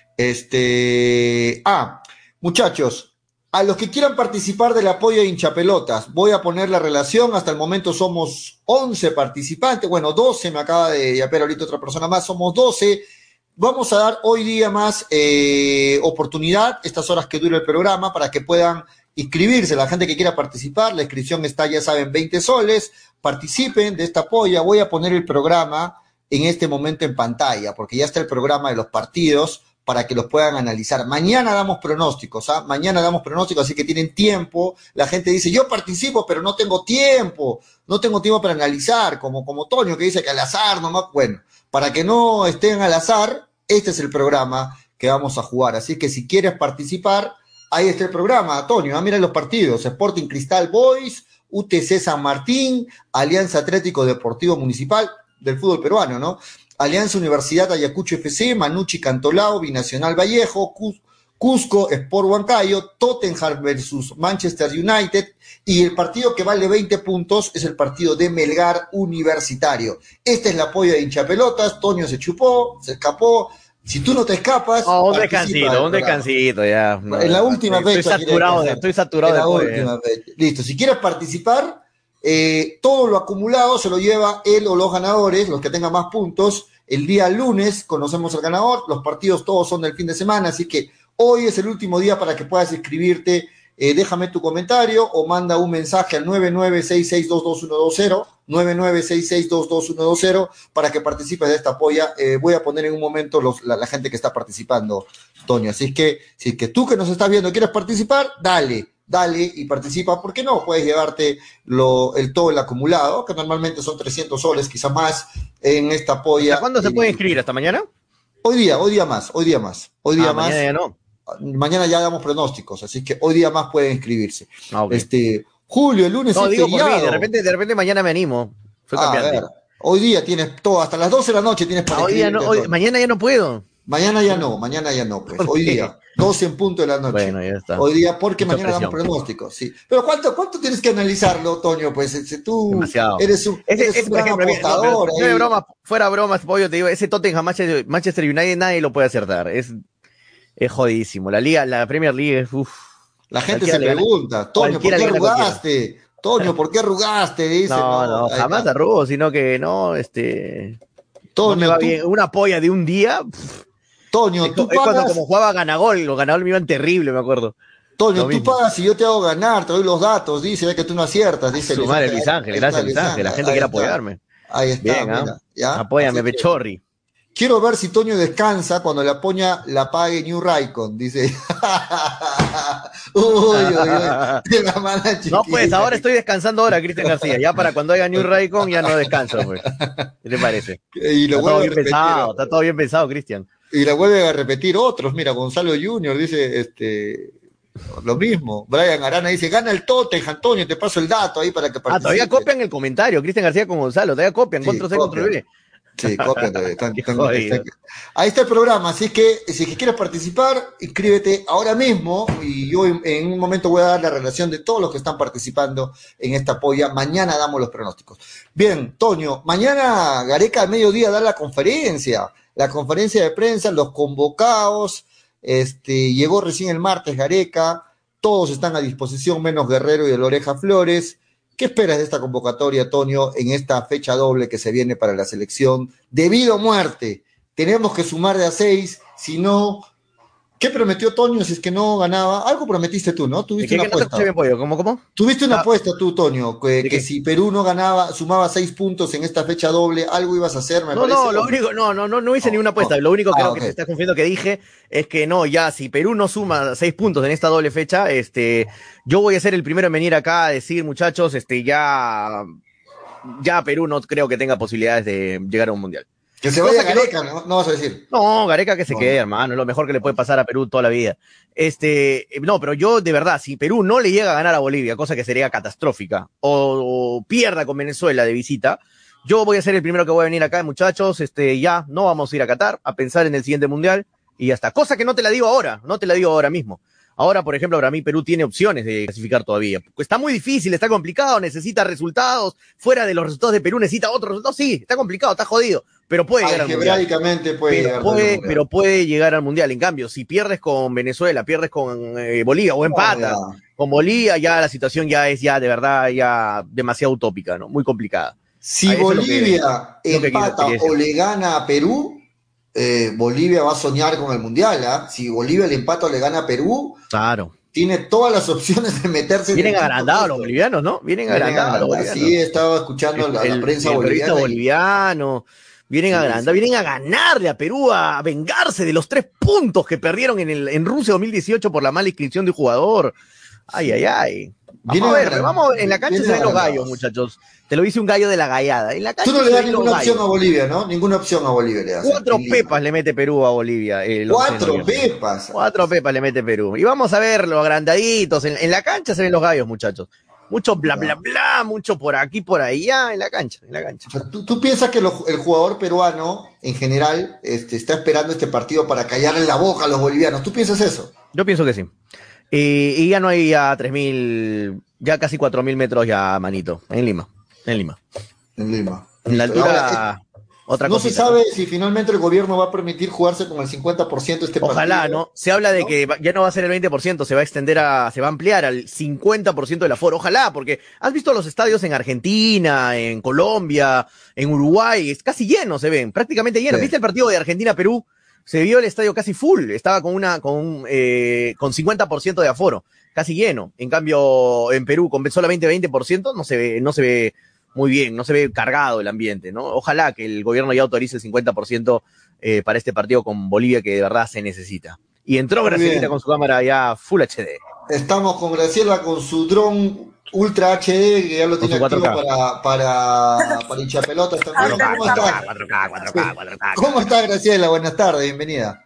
Muchachos, a los que quieran participar del apoyo de hinchapelotas, voy a poner la relación. Hasta el momento somos 11 participantes, bueno, 12, me acaba de yapear ahorita otra persona más, somos 12. Vamos a dar hoy día más oportunidad, estas horas que dura el programa, para que puedan inscribirse. La gente que quiera participar, la inscripción está, ya saben, 20 soles. Participen de esta polla. Voy a poner el programa en este momento en pantalla, porque ya está el programa de los partidos para que los puedan analizar. Mañana damos pronósticos, ¿ah? Mañana damos pronósticos, así que tienen tiempo. La gente dice, yo participo, pero no tengo tiempo para analizar, como Toño, que dice que al azar nomás. Bueno, para que no estén al azar, este es el programa que vamos a jugar. Así que si quieres participar, ahí está el programa, Toño. Mira los partidos: Sporting Cristal Boys, UTC San Martín, Alianza Atlético Deportivo Municipal del fútbol peruano, ¿no? Alianza Universidad Ayacucho FC, Manucci Cantolao, Binacional Vallejo, Cusco Sport Huancayo, Tottenham versus Manchester United, y el partido que vale 20 puntos es el partido de Melgar Universitario. Esta es la polla de hinchapelotas. Toño se chupó, se escapó. Si tú no te escapas,
un descansito ya.
En la última fecha.
Estoy saturado
en la última fecha. Listo, si quieres participar, todo lo acumulado se lo lleva él o los ganadores, los que tengan más puntos. El día lunes conocemos al ganador. Los partidos todos son del fin de semana, así que hoy es el último día para que puedas inscribirte. Déjame tu comentario o manda un mensaje al 9966222120, 9966222120, para que participes de esta polla. Voy a poner en un momento la gente que está participando, Toño. Así que si que tú que nos estás viendo quieres participar, dale y participa. ¿Por qué no? Puedes llevarte todo el acumulado, que normalmente son 300 soles, quizá más, en esta polla.
¿Hasta cuándo se puede inscribir? ¿Hasta mañana?
Hoy día más.
Mañana ya no.
Mañana ya damos pronósticos, así que hoy día más pueden inscribirse.
Okay.
Julio, el lunes
es digo feriado. Por mí, de repente mañana me animo. Soy campeante.
Hoy día tienes todo, hasta las 12 de la noche tienes para inscribirte.
Mañana ya no puedo.
Mañana ya no, pues. Hoy día, 12 en punto de la noche.
Bueno, ya está.
Hoy día, porque mañana damos pronósticos, sí. Pero ¿cuánto tienes que analizarlo, Toño? Pues tú
demasiado.
eres un gran apostador.
Fuera bromas, pollo, te digo, ese Tottenham Manchester United nadie lo puede acertar. Es jodidísimo. La Premier League es
La gente se pregunta, Toño, ¿por qué arrugaste? Toño, ¿por qué arrugaste? Dice,
no, jamás arrugo, sino que Toño, no me va bien. Una polla de un día.
Toño, tú pagas.
Cuando como jugaba Ganagol, los ganadores me iban terrible, me acuerdo.
Toño, tú pagas y yo te hago ganar, te doy los datos, dice que tú no aciertas, dice.
Su madre, Luis Ángel, gracias Luis Ángel, la gente quiere apoyarme.
Ahí está,
bien,
mira, ¿ya?
Apóyame, Pechorri.
Quiero ver si Toño descansa cuando la poña la pague New Raikon, dice. uy, de la mala chiquita.
No, pues ahora estoy descansando ahora, Cristian García. Ya para cuando haya New Raikon ya no descanso, pues. ¿Qué te parece?
Y lo
está todo bien pensado, Cristian.
Y la vuelven a repetir otros. Mira, Gonzalo Junior dice lo mismo. Brian Arana dice, gana el Tottenham, Antonio, te paso el dato ahí para que participes.
Todavía copian el comentario, Cristian García con Gonzalo, todavía copian, sí, control C, control V.
Sí, cópiate. Ahí está el programa, así que si es que quieres participar, inscríbete ahora mismo y yo en un momento voy a dar la relación de todos los que están participando en esta polla. Mañana damos los pronósticos. Bien, Toño, mañana Gareca al mediodía da la conferencia de prensa, los convocados, llegó recién el martes Gareca, todos están a disposición menos Guerrero y el Oreja Flores. ¿Qué esperas de esta convocatoria, Toño, en esta fecha doble que se viene para la selección? Debido a muerte, tenemos que sumar de a 6, si no, ¿qué prometió Toño si es que no ganaba? Algo prometiste tú, ¿no? Tuviste una apuesta.
¿Cómo?
Tuviste una apuesta tú, Toño, que si Perú no ganaba, sumaba 6 puntos en esta fecha doble, algo ibas a hacer, me parece.
No hice ni una apuesta. Lo único que se está confiando que dije es que no, ya, si Perú no suma 6 puntos en esta doble fecha, yo voy a ser el primero en venir acá a decir, muchachos, ya Perú no creo que tenga posibilidades de llegar a un mundial.
Que se vaya Gareca, ¿no vas a decir?
No, Gareca que se quede, hermano, es lo mejor que le puede pasar a Perú toda la vida. No, pero yo, de verdad, si Perú no le llega a ganar a Bolivia, cosa que sería catastrófica, o pierda con Venezuela de visita, yo voy a ser el primero que voy a venir acá, muchachos, ya no vamos a ir a Qatar a pensar en el siguiente mundial, y ya está. Cosa que no te la digo ahora mismo. Ahora, por ejemplo, para mí Perú tiene opciones de clasificar todavía. Está muy difícil, está complicado, necesita resultados. Fuera de los resultados de Perú necesita otros resultados. Sí, está complicado, está jodido, pero puede llegar al mundial. Pero puede llegar al mundial. En cambio, si pierdes con Venezuela, pierdes con Bolivia o empatas con Bolivia, ya la situación ya es de verdad ya demasiado utópica, ¿no? Muy complicada.
Si Bolivia empata o le gana a Perú, Bolivia va a soñar con el mundial, ¿ah? Si Bolivia le empata o le gana a Perú,
claro,
tiene todas las opciones de meterse.
Vienen agrandados los bolivianos, ¿no? Vienen agrandados los bolivianos.
Sí, estaba escuchando la prensa boliviana.
Boliviano. Vienen agrandados, vienen a ganarle a Perú, a vengarse de los 3 puntos que perdieron en Rusia 2018 por la mala inscripción de un jugador. Ay. Vamos, en la cancha se ven los gallos, muchachos. Te lo dice un gallo de la gallada. En la cancha
tú no le das ninguna opción a Bolivia, ¿no? Ninguna opción a Bolivia le das.
4 pepas le mete Perú a Bolivia.
4 pepas.
4 pepas le mete Perú. Y vamos a ver los agrandaditos. En la cancha se ven los gallos, muchachos. Mucho bla, bla, bla, mucho por aquí, por allá, en la cancha. O sea,
¿tú piensas que el jugador peruano, en general, está esperando este partido para callarle la boca a los bolivianos? ¿Tú piensas eso?
Yo pienso que sí. Y ya no hay ya 3.000, ya casi 4.000 metros ya, manito, en Lima. En la altura, otra cosa.
No se sabe si finalmente el gobierno va a permitir jugarse con el 50% este partido.
Ojalá, ¿no? Se habla de que ya no va a ser el 20%, se va a ampliar al 50% del aforo. Ojalá, porque has visto los estadios en Argentina, en Colombia, en Uruguay, es casi lleno, se ven, prácticamente llenos. Sí. ¿Viste el partido de Argentina-Perú? Se vio el estadio casi full, estaba con 50% de aforo, casi lleno. En cambio, en Perú, con solamente 20%, no se ve muy bien, no se ve cargado el ambiente, ¿no? Ojalá que el gobierno ya autorice el 50% para este partido con Bolivia, que de verdad se necesita. Y entró Graciela con su cámara ya Full HD.
Estamos con Graciela con su dron Ultra HD, que ya lo tiene activo para hinchapelotas también. 4K. ¿Cómo está Graciela? Buenas tardes, bienvenida.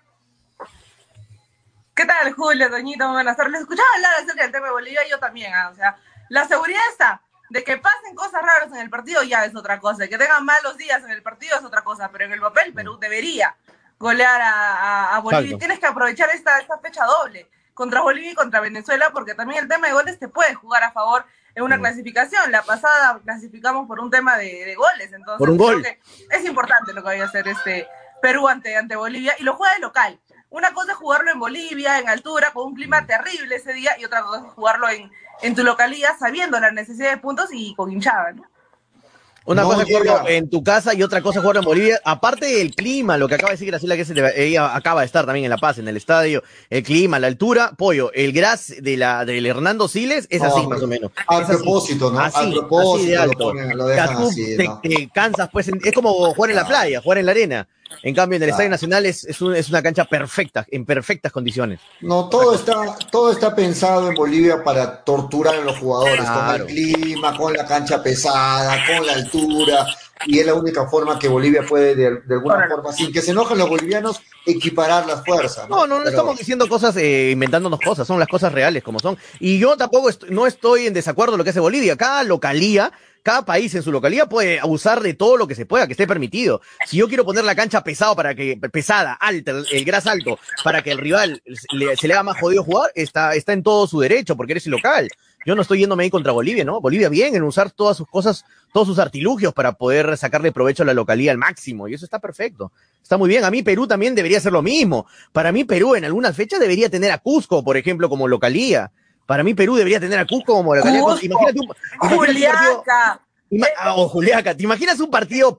¿Qué tal, Julio, Doñito? Buenas tardes. Les escuchaba hablar acerca del tema de Bolivia, yo también, o sea, la seguridad está. De que pasen cosas raras en el partido ya es otra cosa, que tengan malos días en el partido es otra cosa, pero en el papel Perú debería golear a Bolivia. Exacto. Tienes que aprovechar esta fecha doble contra Bolivia y contra Venezuela, porque también el tema de goles te puede jugar a favor en una clasificación. La pasada clasificamos por un tema de goles, entonces
por un gol.
Creo que es importante lo que vaya a hacer Perú ante Bolivia, y lo juega de local. Una cosa es jugarlo en Bolivia, en altura, con un clima terrible ese día, y otra cosa es jugarlo en tu localidad, sabiendo la necesidad de puntos y con hinchada, ¿no?
Una cosa es jugarlo en tu casa y otra cosa es jugarlo en Bolivia. Aparte del clima, lo que acaba de decir Graciela, que ella acaba de estar también en La Paz, en el estadio, el clima, la altura, pollo, el gras del Hernando Siles es así más o menos.
A propósito, ¿no?
Así,
a propósito
así de alto.
lo dejan así, ¿no?
Te cansas, pues, es como jugar en la playa, jugar en la arena. En cambio, en el Estadio Nacional es una cancha perfecta, en perfectas condiciones.
No, todo está pensado en Bolivia para torturar a los jugadores, con el clima, con la cancha pesada, con la altura, y es la única forma que Bolivia puede, de alguna forma, sin que se enojen los bolivianos, equiparar las fuerzas.
No estamos diciendo cosas, inventándonos cosas, son las cosas reales como son. Y yo tampoco no estoy en desacuerdo con lo que hace Bolivia. Cada país en su localía puede abusar de todo lo que se pueda, que esté permitido. Si yo quiero poner la cancha pesada, alta, el gras alto, para que el rival se le haga más jodido jugar, está en todo su derecho, porque eres el local. Yo no estoy yéndome ahí contra Bolivia, ¿no? Bolivia bien en usar todas sus cosas, todos sus artilugios para poder sacarle provecho a la localía al máximo, y eso está perfecto. Está muy bien. A mí Perú también debería hacer lo mismo. Para mí Perú en algunas fechas debería tener a Cusco, por ejemplo, como localía. Para mí Perú debería tener a Cusco como localidad. Imagínate
Juliaca.
O Juliaca. ¿Te imaginas un partido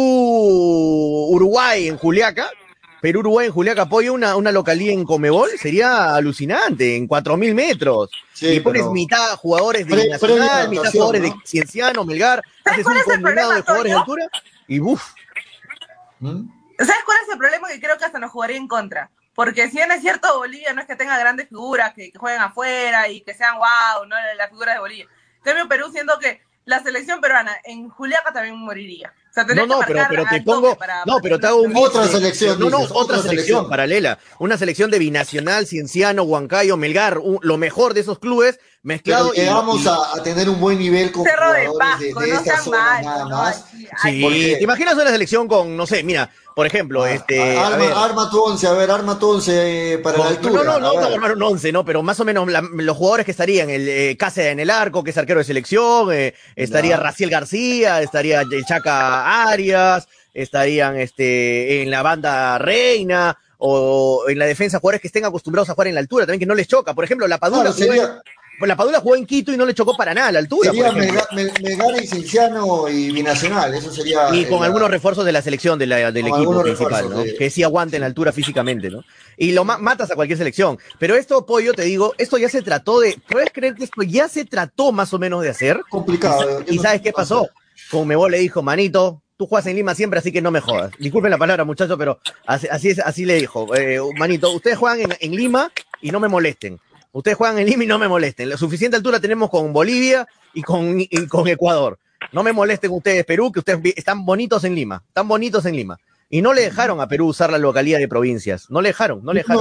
Perú-Uruguay en Juliaca? Perú-Uruguay en Juliaca, apoya una localía en Conmebol, sería alucinante, en 4.000 metros. Sí, y pones mitad jugadores de Nacional, mitad jugadores de Cienciano, Melgar, haces un combinado de jugadores de altura y ¡buf!
¿Sabes cuál es el problema? Que creo que hasta nos jugaría en contra. Porque si bien es cierto, Bolivia no es que tenga grandes figuras que jueguen afuera y que sean wow, ¿no? Las figuras de Bolivia. En cambio, Perú, siento que la selección peruana en Juliaca también moriría. O sea, pero te pongo,
pero te hago
otra selección.
Otra selección paralela. Una selección de Binacional, Cienciano, Huancayo, Melgar, lo mejor de esos clubes mezclado.
Pero llegamos a tener un buen nivel con
Cerro
jugadores
de Pasco,
de esta zona nada más.
Sí, ¿te imaginas una selección con, no sé, mira, por ejemplo,
arma tu once para la altura.
No, armar un 11, ¿no? Pero más o menos los jugadores que estarían, Cáceres en el arco, que es arquero de selección, estaría Raciel García, estaría el Chaca Arias, estarían en la banda Reina, o en la defensa jugadores que estén acostumbrados a jugar en la altura, también que no les choca. Por ejemplo, la Padula. La Padula jugó en Quito y no le chocó para nada a la altura.
Sería Melgar y Cienciano y Binacional, eso sería.
Y con algunos refuerzos de la selección del equipo principal, ¿no? Que sí aguanten la altura físicamente, ¿no? Y lo matas a cualquier selección. Pero esto, Pollo, te digo, esto ya se trató ¿puedes creer que esto ya se trató más o menos de hacer?
Complicado.
¿Y sabes qué pasó? Conmebol le dijo, manito, tú juegas en Lima siempre, así que no me jodas. Disculpen la palabra, muchachos, pero así le dijo. Manito, ustedes juegan en Lima y no me molesten. Ustedes juegan en Lima y no me molesten. La suficiente altura tenemos con Bolivia y con Ecuador. No me molesten ustedes, Perú, que ustedes están bonitos en Lima. Están bonitos en Lima. Y no le dejaron a Perú usar la localidad de provincias. No le dejaron.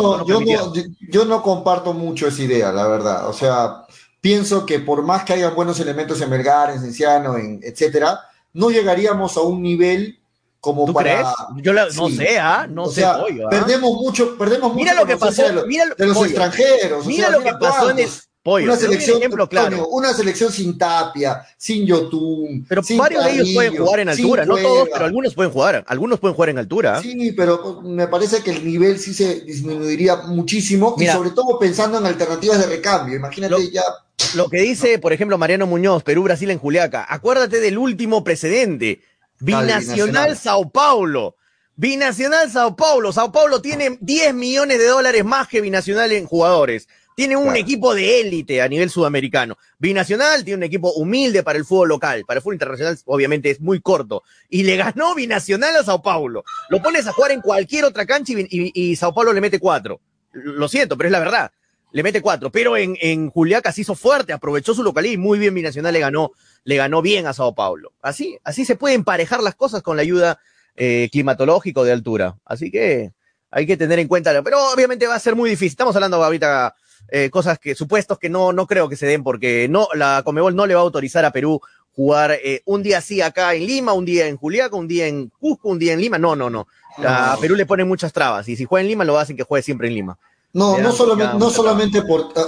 Yo no comparto mucho esa idea, la verdad. O sea, pienso que por más que haya buenos elementos en Melgar, en Cienciano, etcétera, no llegaríamos a un nivel como
¿tú
para...
crees? No sé, no sé, Pollo.
Perdemos mucho
mira lo que pasó,
de los extranjeros.
Mira lo que pasó en el Pollo.
Una selección,
ejemplo claro.
Una selección sin Tapia, sin Yotun,
pero
sin
varios
Carrillo,
de ellos pueden jugar en altura, no todos, pero algunos pueden jugar en altura.
Sí, pero me parece que el nivel sí se disminuiría muchísimo. Mira, y sobre todo pensando en alternativas de recambio. Imagínate
lo que dice, por ejemplo, Mariano Muñoz, Perú-Brasil en Juliaca. Acuérdate del último precedente. Binacional Sao Paulo. Binacional Sao Paulo. Sao Paulo tiene 10 millones de dólares más que Binacional en jugadores. Tiene un equipo de élite a nivel sudamericano. Binacional tiene un equipo humilde para el fútbol local. Para el fútbol internacional, obviamente, es muy corto. Y le ganó Binacional a Sao Paulo. Lo pones a jugar en cualquier otra cancha y Sao Paulo le mete 4. Lo siento, pero es la verdad. Le mete 4. Pero en Juliaca se hizo fuerte, aprovechó su localidad y muy bien Binacional le ganó bien a Sao Paulo. Así se pueden emparejar las cosas con la ayuda climatológica de altura. Así que hay que tener en cuenta. Pero obviamente va a ser muy difícil. Estamos hablando ahorita cosas supuestos que no creo que se den porque la Conmebol no le va a autorizar a Perú jugar un día así acá en Lima, un día en Juliaca, un día en Cusco, un día en Lima. No. A Perú le ponen muchas trabas y si juega en Lima lo hacen que juegue siempre en Lima.
No solamente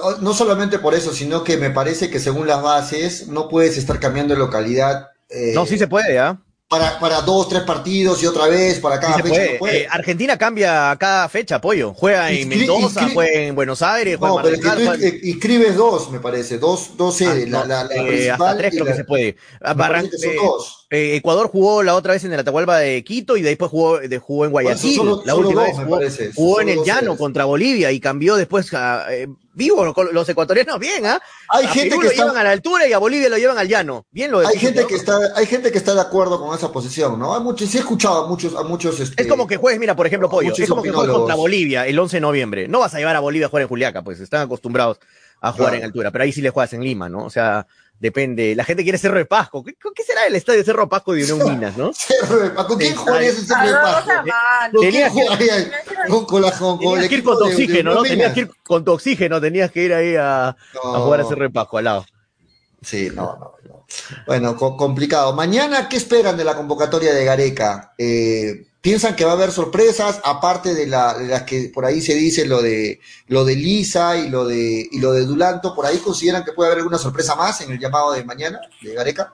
por eso, sino que me parece que según las bases no puedes estar cambiando de localidad.
No, sí se puede, ¿ah?
Para 2, 3 partidos y otra vez para cada fecha. No puede.
Argentina cambia cada fecha, Pollo. Juega en Mendoza, juega en Buenos Aires, juega en
Mar del Plata. Inscribes 2, me parece. Dos sedes. La principal
hasta 3 creo que se puede.
Son 2.
Ecuador jugó la otra vez en el Atahualpa de Quito y después jugó en Guayaquil. La última vez jugó en el Llano contra Bolivia y cambió después vivo los ecuatorianos bien, ¿ah?
Hay gente que
lo llevan a la altura y a Bolivia lo llevan al llano. Bien lo
hay gente que está de acuerdo con esa posición, ¿no? Sí he escuchado a muchos
es como que juegues, mira, por ejemplo, Pollo, es como que juegues contra Bolivia el 11 de noviembre. No vas a llevar a Bolivia a jugar en Juliaca, pues están acostumbrados a jugar en altura, pero ahí sí le juegas en Lima, ¿no? O sea, depende. La gente quiere Cerro de Pasco. ¿Qué será el estadio de Cerro de Pasco de Unión Minas, no?
Cerro de Pasco. ¿Quién jugaría ese Cerro de Pasco?
Tenías que ir con tu oxígeno, ¿no? Tenías que ir con tu oxígeno, tenías que ir ahí a jugar a Cerro de Pasco al lado.
Sí, no. Bueno, complicado. Mañana, ¿qué esperan de la convocatoria de Gareca? ¿Piensan que va a haber sorpresas, aparte de las que por ahí se dice lo de Lisa y lo de Dulanto? ¿Por ahí consideran que puede haber alguna sorpresa más en el llamado de mañana de Gareca?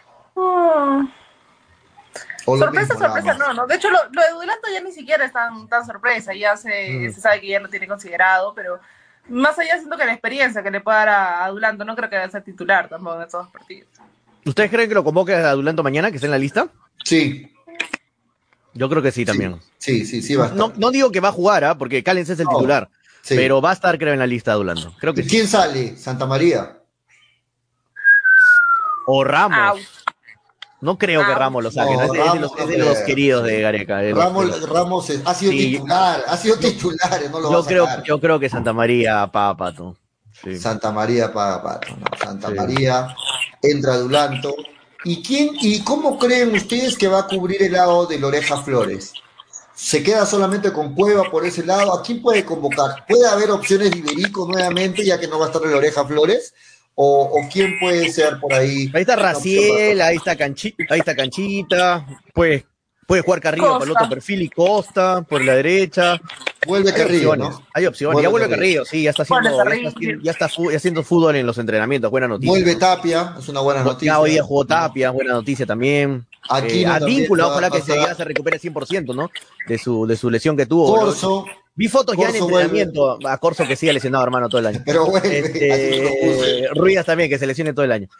Sorpresa no. De hecho, lo de Dulanto ya ni siquiera es tan sorpresa, ya se sabe que ya lo tiene considerado, pero más allá siento que la experiencia que le pueda dar a Dulanto, no creo que va a ser titular tampoco en estos dos partidos.
¿Ustedes creen que lo convoque a Dulanto mañana, que esté en la lista?
Sí.
Yo creo que sí también.
Sí, va a estar.
No digo que va a jugar, porque Callens es el titular, pero va a estar, creo, en la lista de Dulanto. Creo que
¿Quién sale? ¿Santa María?
O Ramos. No creo que Ramos lo saque, ¿no? Es de los queridos de Gareca.
Ramos ha sido titular, no lo va a sacar.
Yo creo que Santa María paga Pato. Sí.
Santa María paga Pato, ¿no? Santa María, entra Dulanto. ¿Y cómo creen ustedes que va a cubrir el lado de Oreja Flores? ¿Se queda solamente con Cueva por ese lado? ¿A quién puede convocar? ¿Puede haber opciones de Iberico nuevamente, ya que no va a estar el Oreja Flores? ¿O quién puede ser por ahí?
Ahí está Raciel, ahí está Canchita, puede jugar Carrillo por el otro perfil y Costa por la derecha.
Vuelve Carrillo, ¿no?
Hay opciones, ya vuelve Carrillo, sí, ya está haciendo fútbol en los entrenamientos, buena noticia.
Vuelve Tapia, es una buena noticia.
Ya hoy día jugó Tapia, buena noticia también. Advíncula, ojalá que se recupere 100%, ¿no? De su lesión que tuvo.
Corso.
Vi fotos ya en entrenamiento, a Corso que sigue lesionado, hermano, todo el año.
Pero bueno,
Ruiz también, que se lesione todo el año.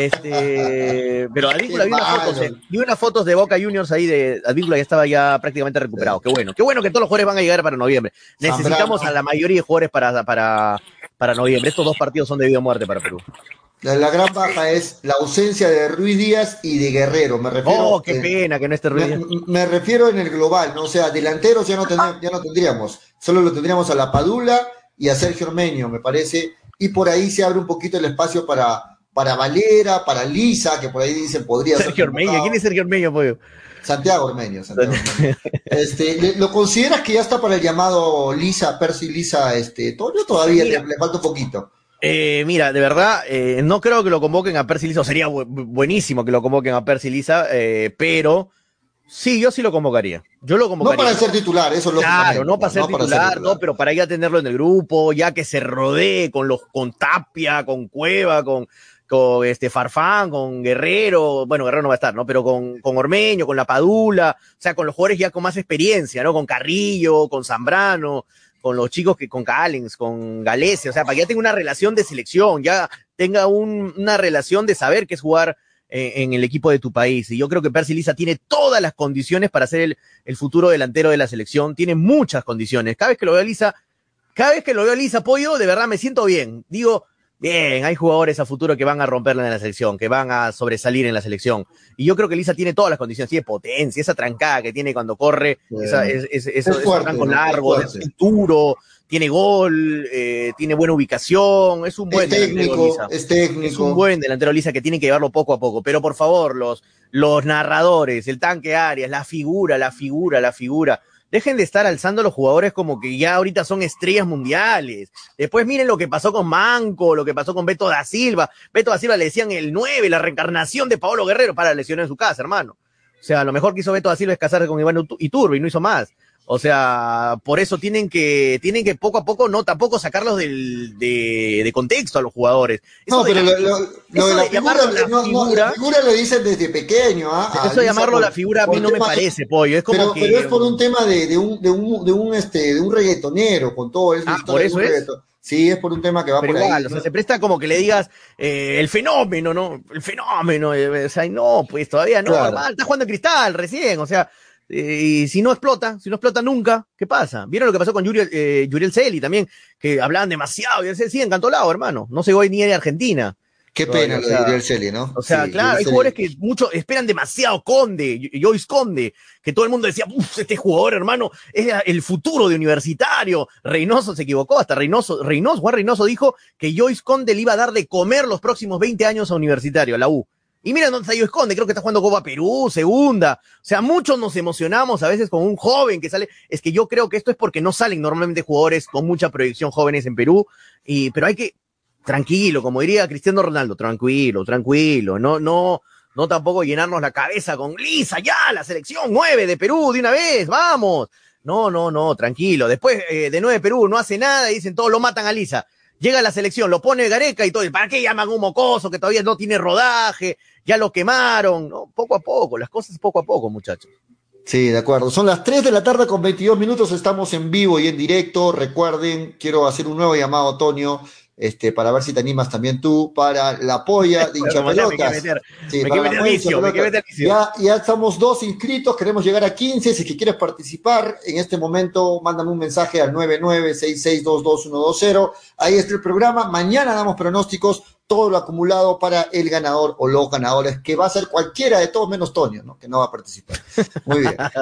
Pero Advíncula vi unas fotos de Boca Juniors ahí de Advíncula, ya estaba ya prácticamente recuperado. Qué bueno que todos los jugadores van a llegar para noviembre. Necesitamos a la mayoría de jugadores para noviembre. Estos dos partidos son de vida o muerte para Perú.
La gran baja es la ausencia de Ruiz Díaz y de Guerrero. Me refiero.
Qué pena que no esté Ruiz Díaz.
Me refiero en el global, ¿no? O sea, delanteros ya no tendríamos. Solo lo tendríamos a la Padula y a Sergio Ormeño, me parece. Y por ahí se abre un poquito el espacio para Valera, para Lisa, que por ahí dicen podría ser.
Sergio Ormeño, ¿quién es Sergio Ormeño, pollo?
Santiago Ormeño. ¿Lo consideras que ya está para el llamado Lisa, Percy Lisa, todavía le falta un poquito?
Mira, de verdad, no creo que lo convoquen a Percy Lisa, sería buenísimo que lo convoquen a Percy Lisa, pero sí, yo sí lo convocaría.
No para ser titular, eso es lo que.
Claro, no para ser titular, no, pero para ya tenerlo en el grupo, ya que se rodee con Tapia, con Cueva, con Farfán, con Guerrero, bueno, Guerrero no va a estar, ¿no? Pero con Ormeño, con la Padula, o sea, con los jugadores ya con más experiencia, ¿no? Con Carrillo, con Zambrano, con los chicos con Callens, con Galese, o sea, para que ya tenga una relación de selección, ya tenga una relación de saber qué es jugar en el equipo de tu país. Y yo creo que Percy Lisa tiene todas las condiciones para ser el futuro delantero de la selección, tiene muchas condiciones. Cada vez que lo veo a Lisa, Pollo, de verdad me siento bien. Digo, bien, hay jugadores a futuro que van a romperla en la selección, que van a sobresalir en la selección. Y yo creo que Lisa tiene todas las condiciones, tiene potencia, esa trancada que tiene cuando corre, esos trancos largos, es duro, tiene gol, tiene buena ubicación, es un buen delantero Lisa. Es un buen delantero Lisa que tiene que llevarlo poco a poco. Pero por favor, los narradores, el tanque Arias, la figura. Dejen de estar alzando a los jugadores como que ya ahorita son estrellas mundiales. Después miren lo que pasó con Manco, lo que pasó con Beto da Silva. Beto da Silva le decían el 9, la reencarnación de Paolo Guerrero, para lesionar en su casa, hermano. O sea, lo mejor que hizo Beto da Silva es casarse con Iván Iturbe y no hizo más. O sea, por eso tienen que poco a poco no tampoco sacarlos de contexto a los jugadores.
Eso pero lo de la figura lo dicen desde pequeño.
Eso de llamarlo la figura a mí no me parece, Pollo. Es como
pero es por un tema de un reggaetonero, con todo eso.
Por eso es.
Sí, es por un tema que va
pero
por
igual,
ahí.
O sea, se presta como que le digas el fenómeno, ¿no? El fenómeno. O sea, no, pues todavía no. Claro. Está jugando en Cristal recién, o sea. Y si no explota nunca, ¿qué pasa? ¿Vieron lo que pasó con Yuriel Celi también? Que hablaban demasiado, y él sigue encantolado, hermano. No se va ni de Argentina.
Qué pena lo de Uriel Celi, ¿no?
O sea, claro, hay jugadores que muchos esperan demasiado. Conde, Joyce Conde, que todo el mundo decía, este jugador, hermano, es el futuro de Universitario. Reynoso se equivocó, hasta Juan Reynoso dijo que Joyce Conde le iba a dar de comer los próximos 20 años a Universitario, a la U. Y mira dónde está Joyce Conde, creo que está jugando Copa Perú, segunda. O sea, muchos nos emocionamos a veces con un joven que sale. Es que yo creo que esto es porque no salen normalmente jugadores con mucha proyección jóvenes en Perú, pero hay que, tranquilo, como diría Cristiano Ronaldo, tranquilo, no tampoco llenarnos la cabeza con Lisa, ya, la selección 9 de Perú de una vez, vamos. No, tranquilo. Después de 9 de Perú no hace nada y dicen todos lo matan a Lisa. Llega a la selección, lo pone Gareca y todo, ¿para qué llaman un mocoso que todavía no tiene rodaje? Ya lo quemaron, ¿no? Poco a poco, las cosas poco a poco, muchachos.
Sí, de acuerdo. Son las 3 de la tarde con 22 minutos, estamos en vivo y en directo. Recuerden, quiero hacer un nuevo llamado, Tonio, para ver si te animas también tú para la polla de hinchapelotas. Ya estamos 2 inscritos, queremos llegar a 15. Si es que quieres participar en este momento, mándame un mensaje al 9966222120. Ahí está el programa. Mañana damos pronósticos, todo lo acumulado para el ganador o los ganadores, que va a ser cualquiera de todos menos Tonio, ¿no? Que no va a participar. Muy bien. A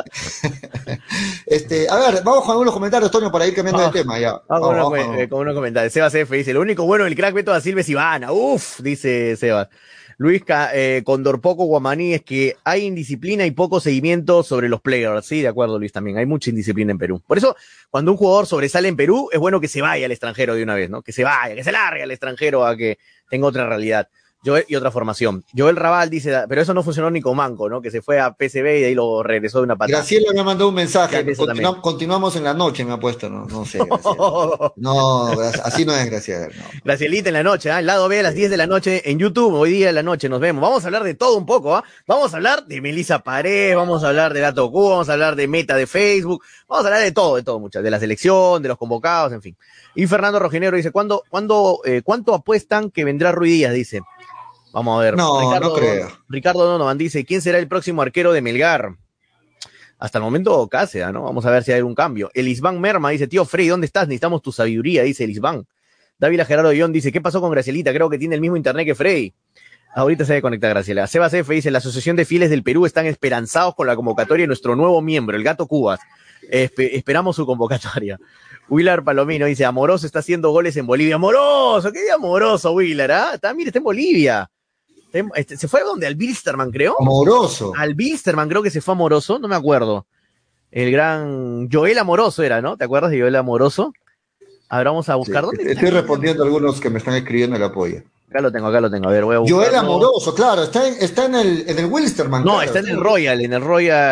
ver, vamos con algunos comentarios, Tonio, para ir cambiando de tema. Ya.
Vamos. Con unos comentarios. Sebas F dice, lo único bueno del crack Beto da Silva es Ivana. Uf, dice Sebas. Luis Condorpoco Guamaní es que hay indisciplina y poco seguimiento sobre los players. Sí, de acuerdo, Luis, también. Hay mucha indisciplina en Perú. Por eso, cuando un jugador sobresale en Perú, es bueno que se vaya al extranjero de una vez, ¿no? Que se vaya, que se largue al extranjero a que tenga otra realidad y otra formación. Joel Raval dice, pero eso no funcionó ni con Manco, ¿no? Que se fue a PSV y de ahí lo regresó de una patada.
Graciela me mandó un mensaje. Continuamos en la noche, me ha puesto, no sé. No, así no es, Graciela. No.
Gracielita en la noche, el lado B a las 10 de la noche en YouTube, hoy día en la noche nos vemos. Vamos a hablar de todo un poco, Vamos a hablar de Melissa Paredes, vamos a hablar de Dato Q, vamos a hablar de Meta de Facebook, vamos a hablar de todo, muchachos, de la selección, de los convocados, en fin. Y Fernando Rojinegro dice, ¿cuánto apuestan que vendrá Ruiz Díaz? Dice. Vamos a ver.
No creo.
Ricardo Donovan dice, ¿quién será el próximo arquero de Melgar? Hasta el momento Cáceres, ¿no? Vamos a ver si hay algún cambio. Elisban Merma dice, tío Frey, ¿dónde estás? Necesitamos tu sabiduría, dice Elisban. Dávila Gerardo Guión dice, ¿qué pasó con Gracielita? Creo que tiene el mismo internet que Frey. Ahorita se debe conectar Graciela. Sebas F dice, la Asociación de Fieles del Perú están esperanzados con la convocatoria de nuestro nuevo miembro, el Gato Cubas. Esperamos su convocatoria. Willard Palomino dice, Amoroso está haciendo goles en Bolivia. Amoroso, qué día Amoroso, Willard, mira, está en Bolivia. ¿Se fue a dónde? ¿Al Bilsterman, creo?
Amoroso.
Al Bilsterman creo que se fue Amoroso, no me acuerdo. El gran Joel Amoroso era, ¿no? ¿Te acuerdas de Joel Amoroso? Ahora vamos a buscar.
Sí, ¿dónde estoy respondiendo a algunos que me están escribiendo el apoyo.
Acá lo tengo. A ver, voy a buscar.
Joel Amoroso, claro, está en el Wilsterman.
No,
claro,
está en el Royal, en el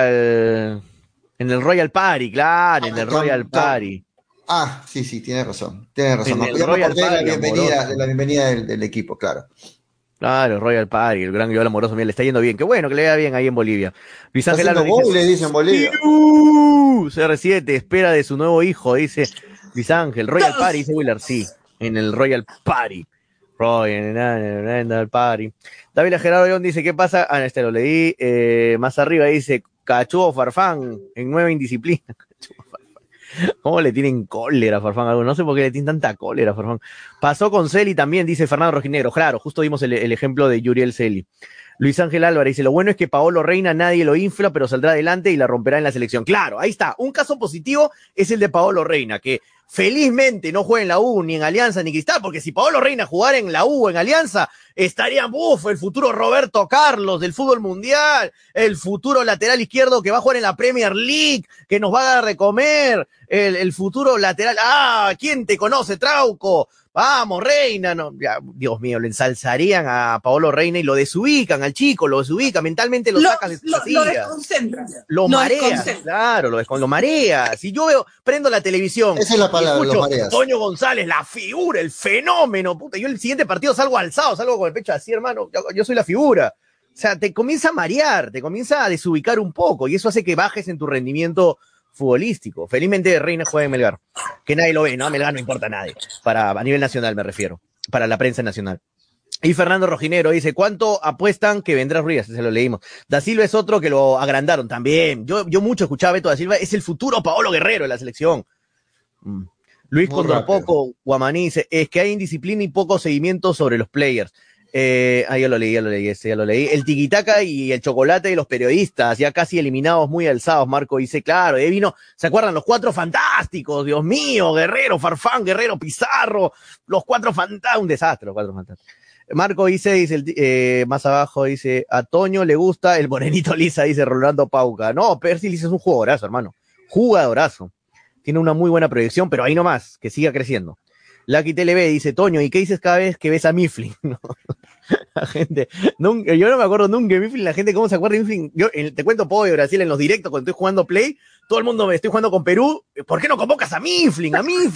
Royal Party, claro, en el Royal Party.
Sí, tienes razón. Ya me
Royal
acordé
Party,
de la bienvenida del equipo, claro.
Claro, Royal Party, el gran Joel Amoroso, mira, le está yendo bien. Qué bueno que le vaya bien ahí en Bolivia. Luis Ángel Álvarez
le dice en Bolivia.
CR7, espera de su nuevo hijo, dice Luis Ángel. Royal Party, dice Willard, sí, en el Royal Party. Royal Party. Dávila Gerardo León dice, ¿qué pasa? Lo leí. Más arriba dice, Cachudo Farfán, en nueva indisciplina. ¿Cómo le tienen cólera a Farfán? No sé por qué le tienen tanta cólera a Farfán. Pasó con Celi también, dice Fernando Rojinegro. Claro, justo vimos el ejemplo de Yuriel Celi. Luis Ángel Álvarez dice, lo bueno es que Paolo Reina nadie lo infla, pero saldrá adelante y la romperá en la selección. Claro, ahí está. Un caso positivo es el de Paolo Reina, que felizmente no juega en la U, ni en Alianza, ni Cristal, porque si Paolo Reina jugara en la U o en Alianza, estarían, el futuro Roberto Carlos del fútbol mundial, el futuro lateral izquierdo que va a jugar en la Premier League, que nos va a dar de comer, el futuro lateral, ¿quién te conoce, Trauco? Vamos, Reina, no, ya, Dios mío, le ensalzarían a Paolo Reina y lo desubican al chico, lo desubican, mentalmente lo sacan de su casilla.
Lo desconcentran.
Lo marea, claro, lo marea. Si yo prendo la televisión,
esa es la palabra,
escucho
lo mareas.
Toño González, la figura, el fenómeno, puta, yo el siguiente partido salgo alzado, salgo con el pecho así, hermano, yo soy la figura. O sea, te comienza a marear, te comienza a desubicar un poco, y eso hace que bajes en tu rendimiento futbolístico. Felizmente Reina juega en Melgar, que nadie lo ve, ¿no? Melgar no importa a nadie, a nivel nacional me refiero, para la prensa nacional. Y Fernando Rojinegro dice, ¿cuánto apuestan que vendrá Ruiz? Se lo leímos. Da Silva es otro que lo agrandaron también. Yo mucho escuchaba a Beto Da Silva, es el futuro Paolo Guerrero de la selección. Luis Condorpoco Guamaní dice, es que hay indisciplina y poco seguimiento sobre los players. Ya lo leí. El tiquitaca y el chocolate de los periodistas, ya casi eliminados, muy alzados. Marco dice, claro, vino, ¿se acuerdan? Los Cuatro Fantásticos, Dios mío, Guerrero, Farfán, Guerrero, Pizarro, los Cuatro Fantásticos, un desastre, los Cuatro Fantásticos. Marco dice, más abajo dice, a Toño le gusta el morenito Lisa, dice Rolando Pauca. No, Percy Lisa es un jugadorazo, hermano. Jugadorazo. Tiene una muy buena proyección, pero ahí nomás, que siga creciendo. Lucky TLB dice, Toño, ¿y qué dices cada vez que ves a Mifflin? No. La gente, yo no me acuerdo nunca de Mifflin, la gente, ¿cómo se acuerda de Mifflin? Yo te cuento, Pobre Brasil, en los directos, cuando estoy jugando Play, todo el mundo me estoy jugando con Perú, ¿por qué no convocas a Mifflin?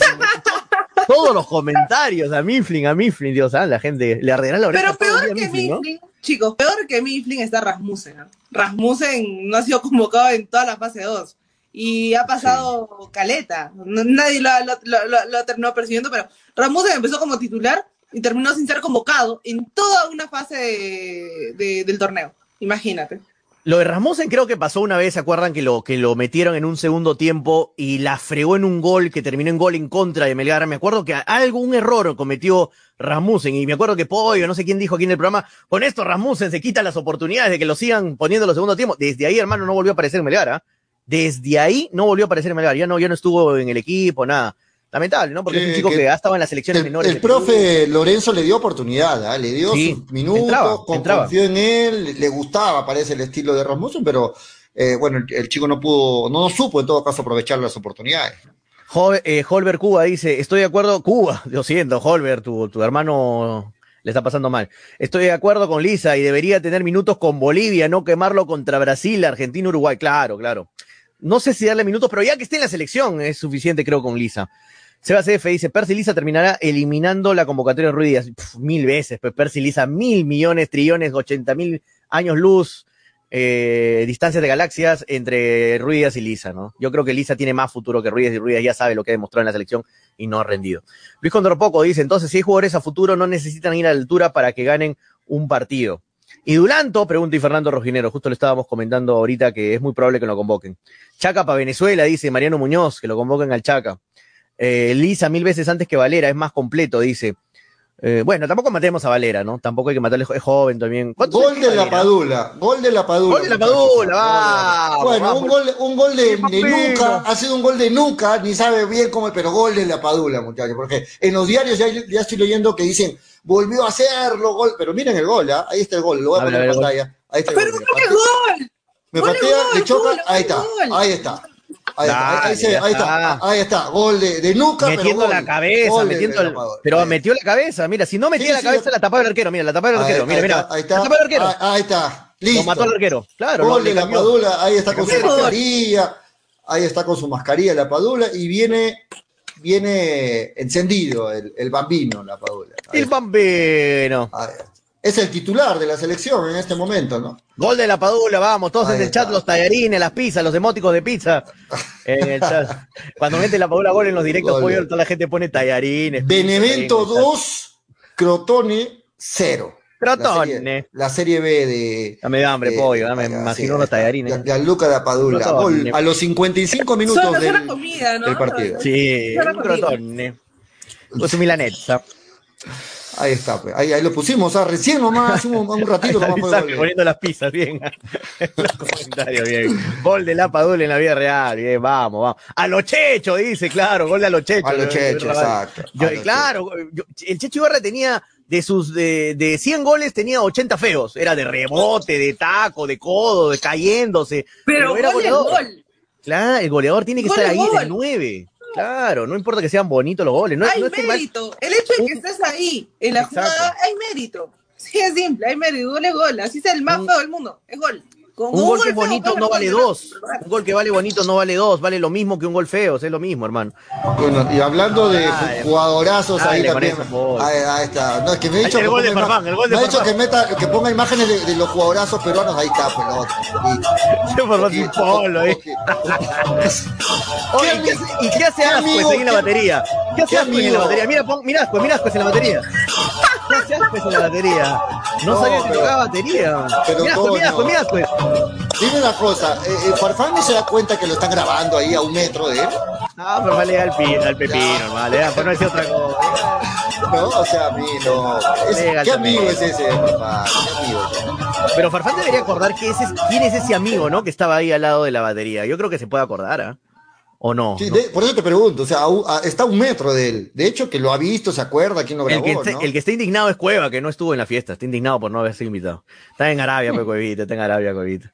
Todos los comentarios a Mifflin, Dios, la gente le arderá la oreja.
Pero peor que Mifflin, ¿no? Chicos, peor que Mifflin está Rasmussen, ¿no? Rasmussen no ha sido convocado en toda la fase 2. Y ha pasado caleta. Nadie lo terminó persiguiendo, pero Rasmussen empezó como titular y terminó sin ser convocado en toda una fase del torneo. Imagínate.
Lo de Rasmussen creo que pasó una vez, ¿se acuerdan? Que lo metieron en un segundo tiempo y la fregó en un gol que terminó en gol en contra de Melgar. Me acuerdo que un error cometió Rasmussen y me acuerdo que Pollo, no sé quién dijo aquí en el programa, con esto Rasmussen se quita las oportunidades de que lo sigan poniendo en los segundos tiempos. Desde ahí, hermano, no volvió a aparecer Melgar, ¿ah? Desde ahí no volvió a aparecer Melgar, ya no estuvo en el equipo, nada. Lamentable, ¿no? Porque es un chico que ha estado en las selecciones menores.
El profe Lorenzo le dio oportunidad, le dio sus minutos, confió en él, le gustaba, parece, el estilo de Rasmussen, pero bueno, el chico no supo en todo caso aprovechar las oportunidades.
Holber Cuba dice, estoy de acuerdo, Cuba, lo siento, Holber, tu hermano le está pasando mal. Estoy de acuerdo con Lisa y debería tener minutos con Bolivia, no quemarlo contra Brasil, Argentina, Uruguay, claro. No sé si darle minutos, pero ya que esté en la selección es suficiente, creo, con Lisa. Seba CF dice, Percy Lisa terminará eliminando la convocatoria de Ruiz Díaz. 1000 veces, pues Percy Lisa, 1.000 millones, trillones, 80.000 años luz, distancias de galaxias entre Ruiz Díaz y Lisa, ¿no? Yo creo que Lisa tiene más futuro que Ruiz Díaz y Ruiz Díaz ya sabe lo que ha demostrado en la selección y no ha rendido. Luis Condorpoco dice, entonces si hay jugadores a futuro no necesitan ir a la altura para que ganen un partido. Y Dulanto, pregunta y Fernando Rojinero, justo le estábamos comentando ahorita que es muy probable que lo convoquen. Chaca para Venezuela, dice Mariano Muñoz, que lo convoquen al Chaca. Lisa 1000 veces antes que Valera, es más completo, dice. Bueno, tampoco matemos a Valera, ¿no? Tampoco hay que matarle, es joven también.
Gol de la Padula.
Gol de la Padula, va.
Bueno, un gol de Nuca, ha sido un gol de Nuca, ni sabe bien cómo, pero gol de la Padula, muchachos, porque en los diarios ya estoy leyendo que dicen, volvió a hacerlo, gol, pero miren el gol, ¿eh? Ahí está el gol, lo voy a poner en pantalla. Ahí está el gol.
¡Pero qué gol!
Me patea, le choca, ahí está. Ahí está, gol de Nuca,
metiendo la cabeza, metió la cabeza, mira, si no metía la cabeza la tapaba el arquero, mira, la tapaba el arquero, mira,
ahí está, ahí está, listo.
Lo mató el arquero, claro.
Gol de la Padula, ahí está con su mascarilla, la Padula y viene encendido el bambino, la Padula.
El bambino.
Es el titular de la selección en este momento, ¿no?
Gol de la Padula, vamos, todos en el chat, los tallarines, las pizzas, los emóticos de pizza. En el chat. Cuando mete la Padula gol en los directos, pollo, toda la gente pone tallarines.
Benevento 2, Crotone 0.
Crotone.
La serie B de...
Dame hambre, pollo, me imagino los tallarines.
De Luca da Padula. Gol a los 55 minutos del partido.
Sí, Crotone. Con su milanesa.
Ahí está, pues. Ahí lo pusimos, recién nomás, un ratito nomás.
Poniendo las pizzas, bien. Los comentarios, bien. Gol de la Padula en la vida real, bien, vamos. A lo Checho, dice, claro, gol de a lo Checho.
A lo Checho, exacto.
El Checho Ibarra tenía, de 100 goles, tenía 80 feos. Era de rebote, de taco, de codo, de cayéndose.
Pero era goleador.
Claro, el goleador tiene que estar ahí de 9. Claro, no importa que sean bonitos los goles.
Hay mérito. El hecho de que estés ahí en la jugada, hay mérito. Sí, es simple, hay mérito. Gol es gol. Así es el más feo del mundo. Es gol.
Un gol que es bonito no vale 2. Un gol que vale bonito no vale 2. Vale lo mismo que un gol feo. Es lo mismo, hermano.
Bueno, y hablando de jugadorazos ahí también. Ahí está. No, es que me ha dicho que ponga imágenes de los jugadorazos peruanos. Ahí está, pues lo otro.
¿Y qué hace Ascuez ahí en la batería? ¿Qué hace Ascuez en la batería? Mira Ascuez en la batería. ¿Qué hace Ascuez en la batería? No sabía que tocaba batería. Mira Ascuez.
Dime una cosa, ¿Farfán no se da cuenta que lo están grabando ahí a 1 metro de él?
No, pero vale al pepino, vale, por no decir otra cosa.
¿no? O sea, amigo, ¿qué amigo es ese, papá? ¿Qué amigo es ese?
Pero Farfán debería acordar quién es ese amigo, ¿no? Que estaba ahí al lado de la batería. Yo creo que se puede acordar, ¿ah? ¿O no?
Sí,
¿No?
por eso te pregunto, o sea, está a 1 metro de él. De hecho, que lo ha visto, se acuerda, quién lo grabó, ¿no?
El que está indignado es Cueva, que no estuvo en la fiesta. Está indignado por no haber sido invitado. Está en Arabia, pues, Cuevita, está en Arabia, Cuevita.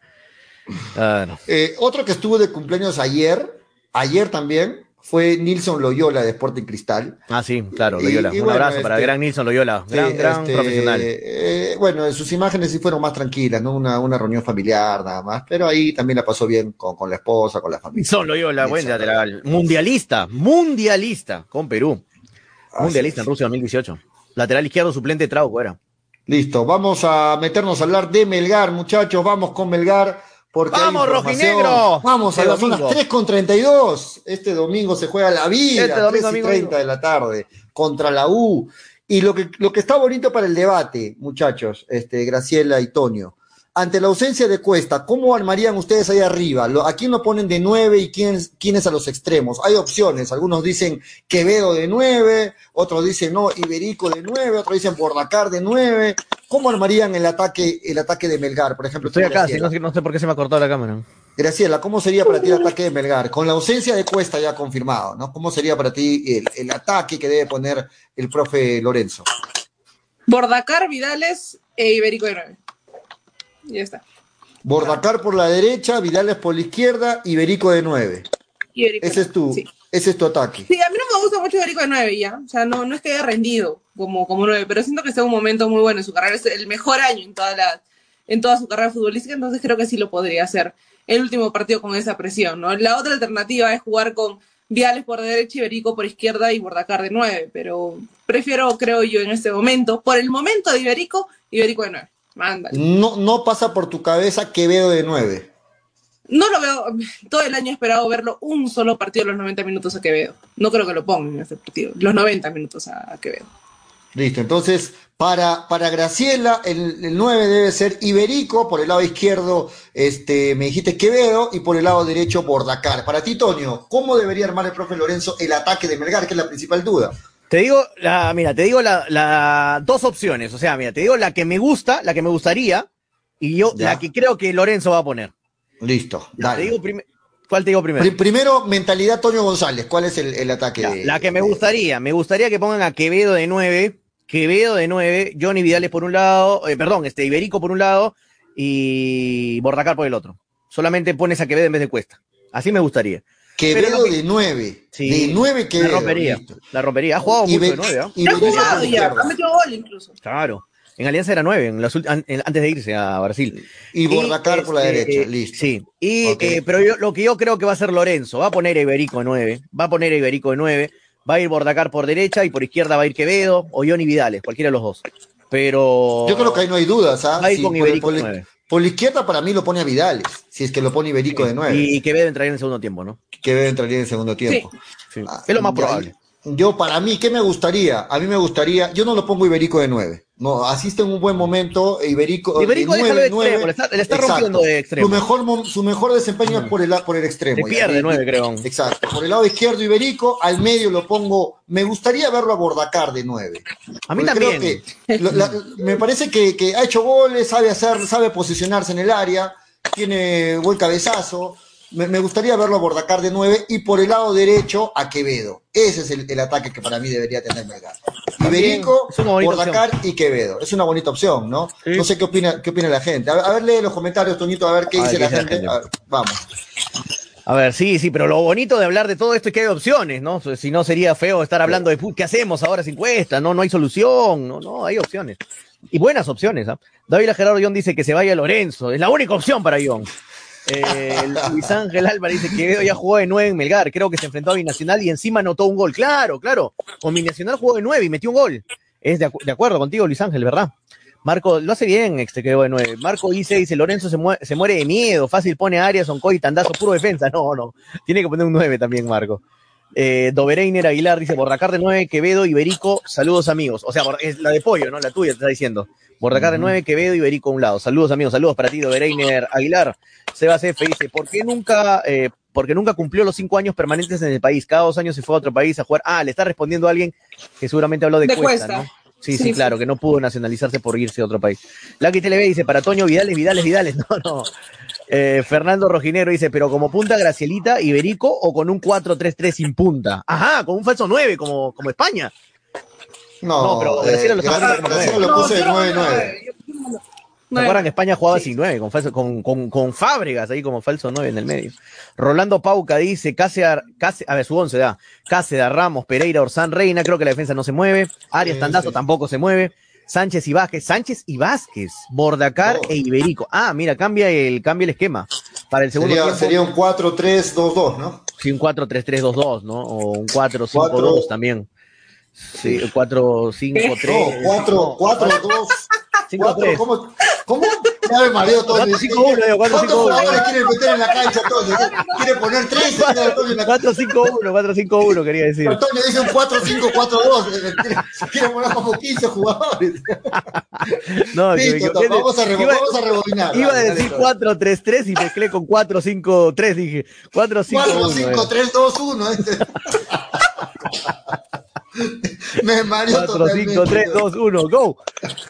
No.
Otro que estuvo de cumpleaños ayer también, fue Nilson Loyola de Sporting Cristal.
Ah, sí, claro, Loyola. Un abrazo para el gran Nilson Loyola, gran profesional.
Bueno, sus imágenes sí fueron más tranquilas, ¿no? Una reunión familiar nada más, pero ahí también la pasó bien con la esposa, con la familia.
Nilson Loyola, buen lateral. Mundialista con Perú. Mundialista en Rusia 2018. Lateral izquierdo suplente Trauco era.
Listo, vamos a meternos a hablar de Melgar, muchachos, vamos con Melgar.
¡Vamos, rojinegro!
Vamos, son las 3:32. Este domingo se juega la vida, 3:30 de la tarde, contra la U. Y lo que está bonito para el debate, muchachos, Graciela y Tonio, ante la ausencia de Cuesta, ¿cómo armarían ustedes ahí arriba? ¿A quién lo ponen de 9 y quiénes a los extremos? Hay opciones, algunos dicen Quevedo de 9, otros dicen no, Iberico de 9, otros dicen Bordacar de 9. ¿Cómo armarían el ataque de Melgar, por ejemplo?
Estoy acá, no sé por qué se me ha cortado la cámara.
Graciela, ¿cómo sería para ti el ataque de Melgar? Con la ausencia de Cuesta ya confirmado, ¿no? ¿Cómo sería para ti el ataque que debe poner el profe Lorenzo?
Bordacar, Vidales e Iberico de 9. Ya está.
Bordacar por la derecha, Vidales por la izquierda, Iberico de 9. Ese es tu ataque.
Sí, a mí no me gusta mucho Iberico de 9 ya. O sea, no es que haya rendido como 9, pero siento que está en un momento muy bueno en su carrera. Es el mejor año en toda su carrera futbolística, entonces creo que sí lo podría hacer el último partido con esa presión, ¿no? La otra alternativa es jugar con Vidales por derecha, Iberico por izquierda y Bordacar de 9, pero prefiero, creo yo, en este momento, por el momento de Iberico de 9. Mándale.
No pasa por tu cabeza Quevedo de 9.
No lo veo, todo el año he esperado verlo un solo partido los 90 minutos a Quevedo. No creo que lo pongan en este partido, los 90 minutos a Quevedo.
Listo, entonces para Graciela el 9 debe ser Iberico, por el lado izquierdo me dijiste Quevedo y por el lado derecho Bordacar. Para ti, Tonio, ¿cómo debería armar el profe Lorenzo el ataque de Melgar, que es la principal duda?
Te digo, dos opciones, o sea, mira, te digo la que me gustaría, y yo la que creo que Lorenzo va a poner.
Listo, dale.
¿Cuál te digo primero?
Primero, mentalidad Tonio González, ¿cuál es el ataque?
La que me gustaría que pongan a Quevedo de 9, Johnny Vidales por un lado, Iberico por un lado, y Bordacar por el otro. Solamente pones a Quevedo en vez de Cuesta. Así me gustaría.
Quevedo de 9.
Sí,
de 9 Quevedo.
La rompería. Ha jugado mucho de 9, ¿eh?
Ha jugado ya, ha metido gol incluso.
Claro. En Alianza era 9, antes de irse a Brasil.
Y Bordacar por la derecha, listo.
Sí. Pero lo que yo creo que va a hacer Lorenzo, va a poner a Iberico de 9, va a ir Bordacar por derecha y por izquierda va a ir Quevedo o Johnny Vidales, cualquiera de los dos. Pero
yo creo que ahí no hay dudas, ¿ah?
Va a ir con Iberico de 9.
Por la izquierda para mí lo pone a Vidales, si es que lo pone Iberico de 9.
Y Quevedo entraría en el segundo tiempo, ¿no?
Quevedo entraría en el segundo tiempo.
Sí. Es lo más probable.
Para mí, ¿qué me gustaría? A mí me gustaría, yo no lo pongo Iberico de 9. No, asiste en un buen momento, Iberico de 9,
le está rompiendo de extremo.
Su mejor desempeño es por el extremo.
Se pierde 9, creo.
Exacto. Por el lado izquierdo Iberico, al medio lo pongo, me gustaría verlo a Bordacar de 9.
A mí también.
Creo que, me parece que ha hecho goles, sabe posicionarse en el área, tiene buen cabezazo. Me gustaría verlo a Bordacar de 9 y por el lado derecho a Quevedo. Ese es el ataque que para mí debería tener Melgar. Iberico, Bordacar y Quevedo. Es una bonita opción, ¿no? Sí. No sé qué opina la gente. A ver, lee los comentarios, Toñito, a ver qué dice la gente. A ver, vamos.
A ver, sí, pero lo bonito de hablar de todo esto es que hay opciones, ¿no? Si no sería feo estar hablando de qué hacemos ahora sin Cuesta, no hay solución, no, hay opciones. Y buenas opciones, ¿ah? David Gerardo John dice que se vaya Lorenzo, es la única opción para John. Luis Ángel Álvarez dice que Quevedo ya jugó de 9 en Melgar, creo que se enfrentó a Binacional y encima anotó un gol. Claro, con Binacional jugó de 9 y metió un gol. Es de acuerdo contigo, Luis Ángel, ¿verdad? Marco, lo hace bien, Quevedo de 9. Marco dice, Lorenzo se muere de miedo, fácil pone a Arias, Oncoy, tandazo, puro defensa. No, tiene que poner un 9 también, Marco. Dobereiner Aguilar dice, Bordacar de 9, Quevedo, Iberico, saludos amigos. O sea, es la de Pollo, ¿no? La tuya, te está diciendo. Bordacar de 9, Quevedo, Iberico a un lado. Saludos amigos, saludos para ti, Dobereiner Aguilar. Sebas F dice, porque nunca cumplió los 5 años permanentes en el país. Cada 2 años se fue a otro país a jugar. Le está respondiendo a alguien que seguramente habló de Cuesta, ¿no? Sí, claro, que no pudo nacionalizarse por irse a otro país. Lucky TLB dice, para Toño, Vidales. No. Fernando Rojinero dice, pero como punta Gracielita, Iberico o con un 4-3-3 sin punta. Ajá, con un falso 9, como España.
No,
pero Graciela lo está poniendo como 9.
Lo puse de 9-9.
¿Se acuerdan que España jugaba sin 9, con Fábregas ahí como falso 9 en el medio? Rolando Pauca dice, su 11 da, Cáceres, Ramos, Pereira, Orsán, Reina, creo que la defensa no se mueve, Arias Tandazo tampoco se mueve, Sánchez y Vázquez, Bordacar e Iberico. Mira, cambia el esquema. Para el segundo tiempo
sería un 4-3-2-2, ¿no?
Sí, un 4-3-3-2-2, ¿no? O un 4-5-2 también. Sí, 4-5-3.
4-2.
5-3.
¿Cómo? Ya me mareo todo.
4-5-1,
¿Cuántos jugadores quieren meter en la cancha, Antonio? ¿Quiere poner 3?
4-5-1, quería decir.
Antonio dice un 4-5-4-2. Quiere poner como 15 jugadores.
No,
listo, vamos a rebobinar.
Iba a decir 4-3-3 y mezclé con 4-5-3. Dije
4-5-3-2-1. Me mareo
4-5-3-2-1, go.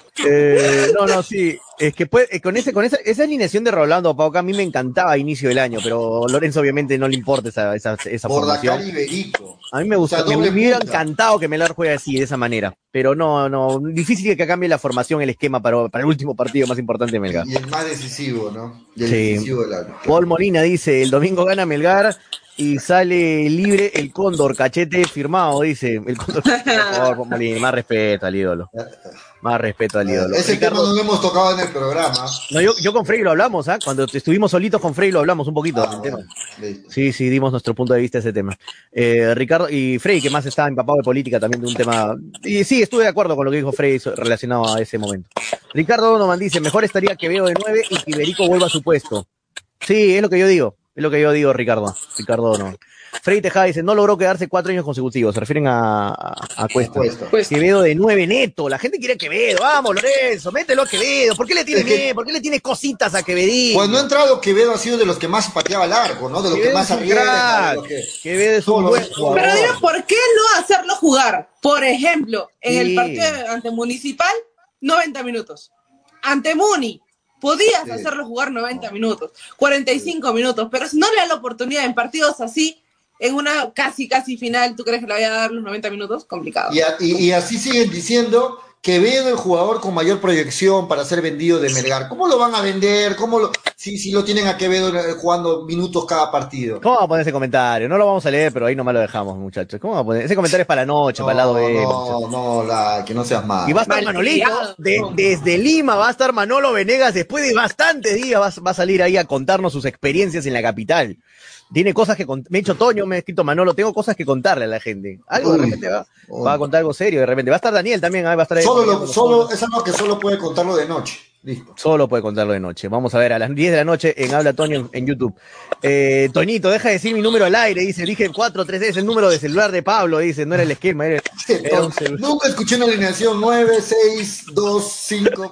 Sí, es que con esa alineación de Rolando Pauca a mí me encantaba a inicio del año, pero Lorenzo obviamente no le importa esa formación.
Iberico.
A mí me gusta, me hubiera encantado que Melgar juegue así, de esa manera, pero no, difícil que cambie la formación, el esquema para el último partido más importante de Melgar.
Y el más decisivo, ¿no? Y el decisivo del año.
Paul Molina dice, el domingo gana Melgar y sale libre el Cóndor, cachete firmado, dice. El Cóndor, por favor, Molina, más respeto al ídolo.
Ese Ricardo, tema no lo hemos tocado en el programa.
No, yo con Frey lo hablamos, cuando estuvimos solitos con Frey lo hablamos un poquito del tema. Sí, dimos nuestro punto de vista a ese tema. Ricardo y Frey, que más estaba empapado de política también de un tema. Y sí, estuve de acuerdo con lo que dijo Frey relacionado a ese momento. Ricardo Donovan dice, mejor estaría que Quevedo de 9 y que Iberico vuelva a su puesto. Sí, es lo que yo digo, Ricardo Donovan. Frey Tejada dice, no logró quedarse 4 años consecutivos, se refieren a Cuesta. Quevedo de 9 neto, la gente quiere a Quevedo, vamos Lorenzo, mételo a Quevedo, ¿por qué le tiene miedo? ¿Por qué le tiene cositas a Quevedín?
Cuando ha entrado Quevedo ha sido de los que más pateaba largo, ¿no? De los que más arriesga.
Quevedo es un buen jugador.
Pero digo, ¿por qué no hacerlo jugar? Por ejemplo, en el partido ante Municipal, 90 minutos. Ante Muni, podías hacerlo jugar 90 minutos, 45 minutos, pero si no le dan la oportunidad en partidos así, en una casi final, ¿tú crees que le vaya a dar los 90 minutos? Complicado.
Y así siguen diciendo, Quevedo, el jugador con mayor proyección para ser vendido de Melgar. ¿Cómo lo van a vender? Si lo tienen a Quevedo jugando minutos cada partido?
¿Cómo va a poner ese comentario? No lo vamos a leer, pero ahí nomás lo dejamos, muchachos. ¿Cómo va a poner? Ese comentario es para la noche, para el lado B.
Que no seas malo.
Y va a estar Manolito, desde Lima va a estar Manolo Venegas, después de bastantes días va a salir ahí a contarnos sus experiencias en la capital. Tiene cosas que me ha dicho Toño, me ha escrito Manolo, tengo cosas que contarle a la gente. Algo de repente va a contar algo serio, de repente. Va a estar Daniel también, va a estar ahí.
Es algo que solo puede contarlo de noche. Listo.
Solo puede contarlo de noche. Vamos a ver, a las 10 de la noche en Habla Toño en YouTube. Toñito, deja de decir mi número al aire, dice, dije 433, es el número de celular de Pablo, dice, no era el esquema, era un celular.
Nunca escuché una alineación 9, 6, 2, 5.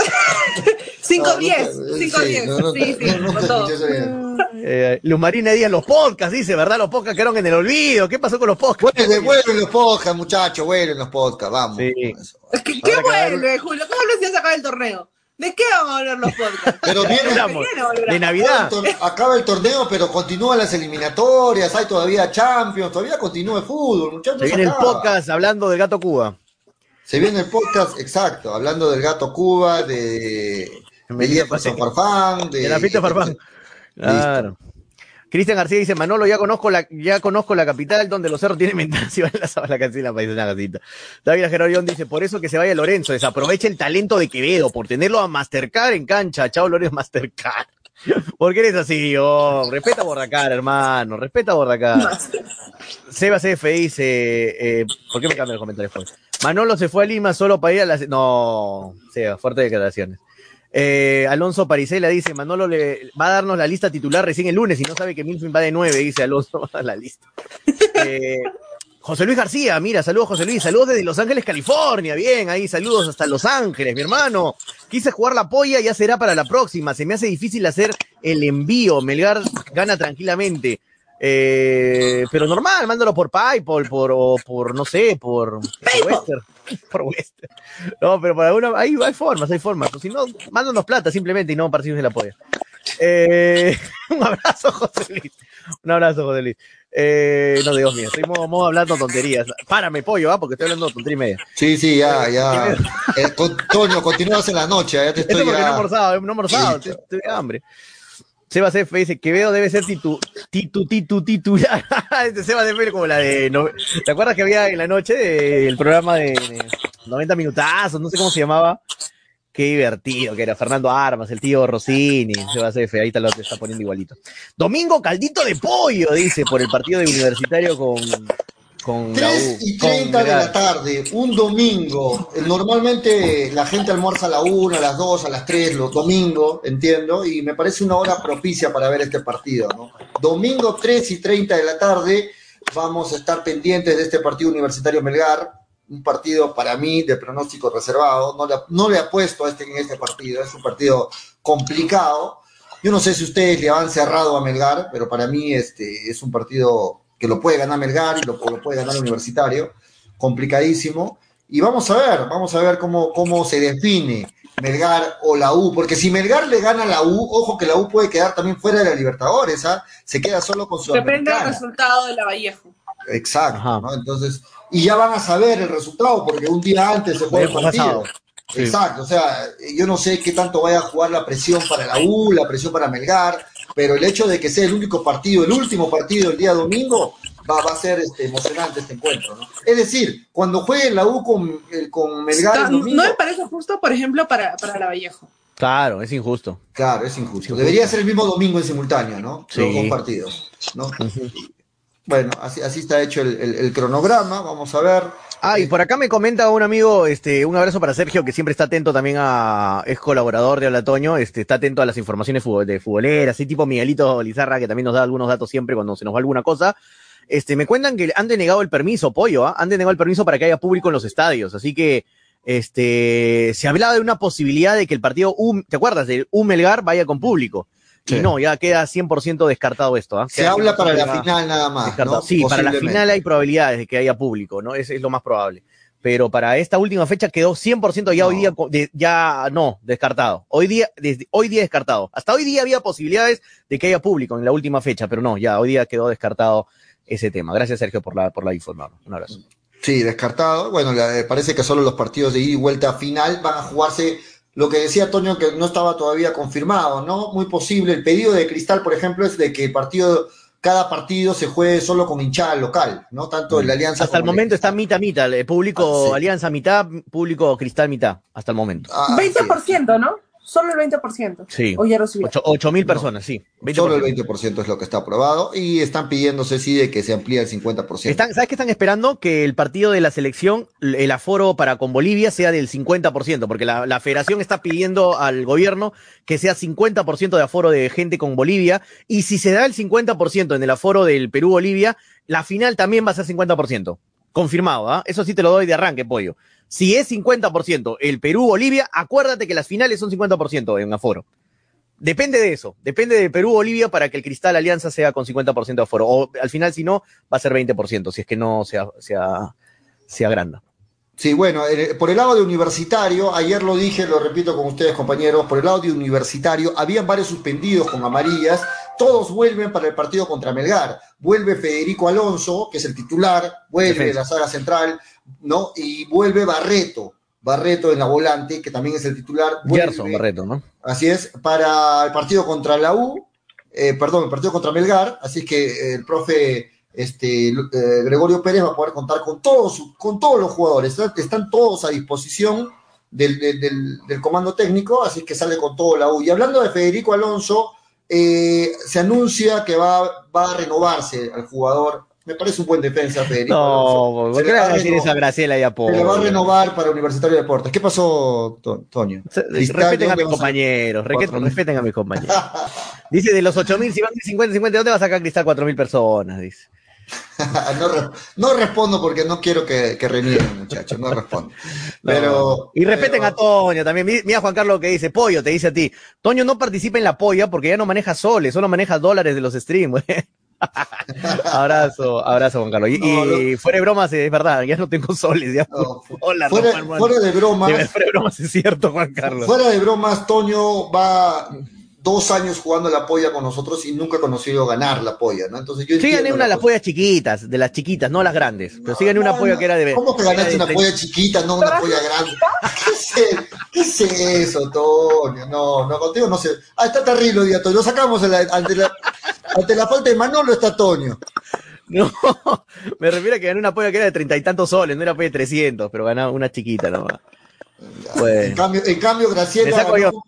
5, 10. 5, 10. Sí, con todo.
Luz Marina Díaz, los podcasts, dice, ¿verdad? Los podcasts quedaron en el olvido. ¿Qué pasó con los podcasts?
Vuelven los podcasts, muchachos, vuelven los podcasts, vamos.
Sí.
¿Qué vuelve, Julio? ¿Cómo lo hacías acá el torneo? ¿De qué vamos a hablar los podcasts?
Pero
de Navidad.
Acaba el torneo, pero continúan las eliminatorias, hay todavía Champions, todavía continúa el fútbol, muchachos.
Se viene el podcast hablando del Gato Cuba.
Se viene el podcast, exacto, hablando del Gato Cuba, de Jefferson Farfán,
de la fiesta Farfán. Claro. Cristian García dice, Manolo, ya conozco la capital donde los cerros tienen ventanas y van a la canción para una casita. David Gerorión dice, por eso que se vaya Lorenzo, desaprovecha el talento de Quevedo, por tenerlo a Mastercard en cancha. Chao Lorenzo, Mastercard. ¿Por qué eres así? Respeta a Bordacar, hermano, respeta a Bordacar. Sebas F dice, ¿por qué me cambian los comentarios? Manolo se fue a Lima solo para ir a las... No, Sebas, fuertes declaraciones. Alonso Parisela dice, Manolo va a darnos la lista titular recién el lunes y no sabe que Milfin va de 9, dice Alonso, va a dar la lista. José Luis García, mira, saludos José Luis, saludos desde Los Ángeles, California, bien, ahí saludos hasta Los Ángeles, mi hermano. Quise jugar la polla, ya será para la próxima, se me hace difícil hacer el envío, Melgar gana tranquilamente. Pero normal, mándalo por PayPal, por no sé, por Western. Por Western. No, pero para alguna, hay formas. O si no, mándanos plata simplemente y no partimos de la polla. Un abrazo, José Luis. No, Dios mío, estoy modo hablando tonterías. Párame, pollo, porque estoy hablando tontería y media.
Sí, ya. Toño, continúas en la noche, ya te estoy.
Esto porque no he almorzado, estoy de hambre. Sebas F dice, Quevedo debe ser titular. Sebas F como la de... ¿Te acuerdas que había en la noche el programa de 90 minutazos? No sé cómo se llamaba. Qué divertido que era Fernando Armas, el tío Rossini, Sebas F, ahí te lo está poniendo igualito. Domingo caldito de pollo, dice, por el partido de Universitario con
3:30 de la tarde, un domingo. Normalmente la gente almuerza a la 1, a las 2, a las 3, los domingos, entiendo, y me parece una hora propicia para ver este partido, ¿no? Domingo 3:30 de la tarde, vamos a estar pendientes de este partido Universitario Melgar, un partido para mí de pronóstico reservado, no le apuesto en este partido, es un partido complicado. Yo no sé si ustedes le han cerrado a Melgar, pero para mí es un partido que lo puede ganar Melgar y lo puede ganar Universitario, complicadísimo, y vamos a ver cómo se define Melgar o la U, porque si Melgar le gana a la U, ojo que la U puede quedar también fuera de la Libertadores, se queda solo con Sudamericana.
Depende del resultado de Lavallejo.
Exacto, ¿no? Entonces, y ya van a saber el resultado, porque un día antes se juega el partido. Sí. Exacto, o sea, yo no sé qué tanto vaya a jugar la presión para la U, la presión para Melgar, pero el hecho de que sea el último partido el día domingo, va a ser emocionante este encuentro, ¿no? Es decir, cuando juegue la U con Melgar el domingo...
No me parece justo, por ejemplo, para Lavallejo.
Claro, es injusto.
Debería ser el mismo domingo en simultáneo, ¿no?
Sí.
Los dos partidos, ¿no? Bueno, así está hecho el cronograma, vamos a ver.
Y por acá me comenta un amigo, un abrazo para Sergio, que siempre está atento también es colaborador de Habla Toño, está atento a las informaciones de futboleras, así tipo Miguelito Lizarra, que también nos da algunos datos siempre cuando se nos va alguna cosa. Me cuentan que han denegado el permiso, pollo, han denegado el permiso para que haya público en los estadios, así que se hablaba de una posibilidad de que el partido ¿te acuerdas? De Melgar vaya con público. Sí. Y no, ya queda 100% descartado esto.
Se habla para la final nada más, ¿no?
Sí, para la final hay probabilidades de que haya público, ¿no? Es lo más probable. Pero para esta última fecha quedó 100% ya hoy día, descartado. Desde hoy día descartado. Hasta hoy día había posibilidades de que haya público en la última fecha, pero no, ya hoy día quedó descartado ese tema. Gracias, Sergio, por la información. Un abrazo.
Sí, descartado. Bueno, parece que solo los partidos de ida y vuelta final van a jugarse. Lo que decía Toño, que no estaba todavía confirmado, ¿no? Muy posible. El pedido de Cristal, por ejemplo, es de que cada partido se juegue solo con hinchada local, ¿no? Tanto en la Alianza
hasta el momento está mitad, el público sí. Alianza mitad, público Cristal mitad, hasta el momento.
20%, ¿no? Solo el 20%.
Sí.
O ya lo subió.
8.000 personas, sí.
20%. Solo el 20% es lo que está aprobado y están pidiéndose, sí, de que se amplíe el 50%.
¿Sabes qué están esperando? Que el partido de la selección, el aforo con Bolivia sea del 50%, porque la federación está pidiendo al gobierno que sea 50% de aforo de gente con Bolivia, y si se da el 50% en el aforo del Perú-Bolivia, la final también va a ser 50%. Confirmado, ¿ah? Eso sí te lo doy de arranque, pollo. Si es 50% el Perú-Bolivia, acuérdate que las finales son 50% en aforo. Depende de eso, depende de Perú-Bolivia para que el Cristal Alianza sea con 50% de aforo. O al final, si no, va a ser 20%, si es que no se agranda.
Sí, bueno, por el lado de Universitario, ayer lo dije, lo repito con ustedes, compañeros, por el lado de Universitario, habían varios suspendidos con amarillas, todos vuelven para el partido contra Melgar. Vuelve Federico Alonso, que es el titular, vuelve de la saga central, ¿no? Y vuelve Barreto en la volante, que también es el titular.
Gerson Barreto, ¿no?
Así es, para el partido contra la U, el partido contra Melgar, así es que el profe Gregorio Pérez va a poder contar con todos los jugadores, están todos a disposición del comando técnico, así que sale con todo la U. Y hablando de Federico Alonso, se anuncia que va a renovarse al jugador Me parece un buen defensa, Federico.
No, ¿por qué le vas a decir eso a Graciela y a Polo?
Se le va a renovar para Universitario de Deportes. ¿Qué pasó, Toño?
Respeten a mis compañeros, respeten a mis compañeros. Dice, de los 8.000, si van de 50, ¿dónde va a sacar Cristal 4.000 personas? Dice.
No respondo porque no quiero que renieguen, muchachos, no respondo. Pero,
y respeten a Toño también. Mira Juan Carlos que dice, Pollo, te dice a ti, Toño no participa en la polla porque ya no maneja soles, solo maneja dólares de los streams. Abrazo Juan Carlos. Y fuera de bromas, es verdad, ya no tengo soles. Ya
fuera de bromas
es cierto, Juan Carlos.
Fuera de bromas, Toño va 2 años jugando la polla con nosotros y nunca ha conocido ganar la polla, ¿no? Entonces yo
sí gané una de las pollas chiquitas, de las chiquitas, no las grandes, pero sí gané una polla que era de...
¿Cómo que ganaste una polla chiquita, no una polla grande? ¿Qué es eso, Toño? No, contigo no sé. Está terrible hoy día, Toño. Lo sacamos ante la falta de Manolo está Toño.
No, me refiero a que gané una polla que era de 30 y tantos soles, no era polla de 300, pero ganaba una chiquita nomás.
Bueno. En cambio, Graciela ganó...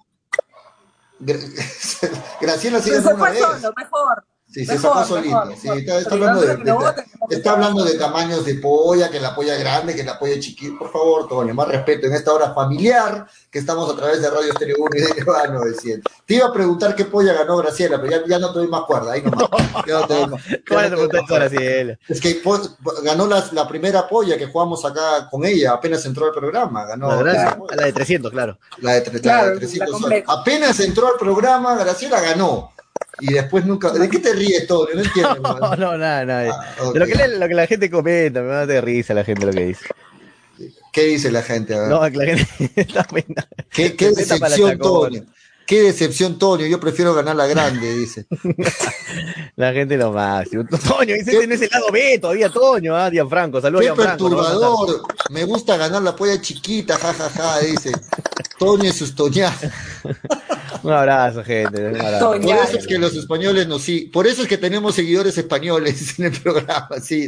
Graciela sigue
una vez. Mejor.
Sí, se sacó solita. Sí, está hablando de tamaños de polla, que la polla es grande, que la polla es chiquita. Por favor, Toño, más respeto en esta hora familiar que estamos a través de Radio Estéreo 1 y de Nevada 900. Te iba a preguntar qué polla ganó Graciela, pero ya no te doy más cuerda. Ahí nomás.
¿Cuál te preguntaste, Graciela?
Es que ganó la primera polla que jugamos acá con ella, apenas entró al programa. Ganó
la de 300, claro.
La de 300 soles. Apenas entró al programa, Graciela ganó. Y después nunca... ¿De qué te ríes, Toño? No entiendo.
No, nada. Okay. Lo que la gente comenta, me da de risa la gente lo que dice.
¿Qué dice la gente? A ver.
No, que la gente también...
¿Qué decepción, Toño? Qué decepción, Toño. Yo prefiero ganar la grande, dice.
La gente lo máximo. Toño, ese no es el lado B todavía, Toño. Gianfranco, saludos a Gianfranco.
Qué perturbador. Me gusta ganar la polla chiquita, jajaja, dice. Toño y sus toñazos.
Un abrazo, gente. Un abrazo.
Por eso es que los españoles por eso es que tenemos seguidores españoles en el programa, sí,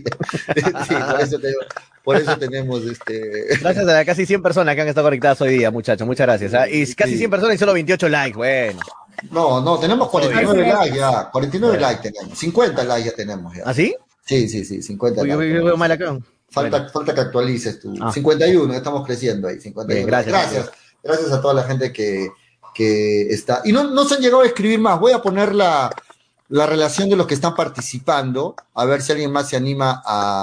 por eso tenemos
Gracias a las casi 100 personas que han estado conectadas hoy día, muchachos, muchas gracias. Y casi 100 personas y solo 28 likes, bueno.
No, tenemos 49 likes ya, 49 likes tenemos, 50 likes ya tenemos ya.
¿Ah, sí?
Sí, 50 likes.
Yo veo mal acá.
Falta que actualices tú. 51, estamos creciendo ahí, 51. Bien, gracias a toda la gente que está. Y no se han llegado a escribir más. Voy a poner la relación de los que están participando, a ver si alguien más se anima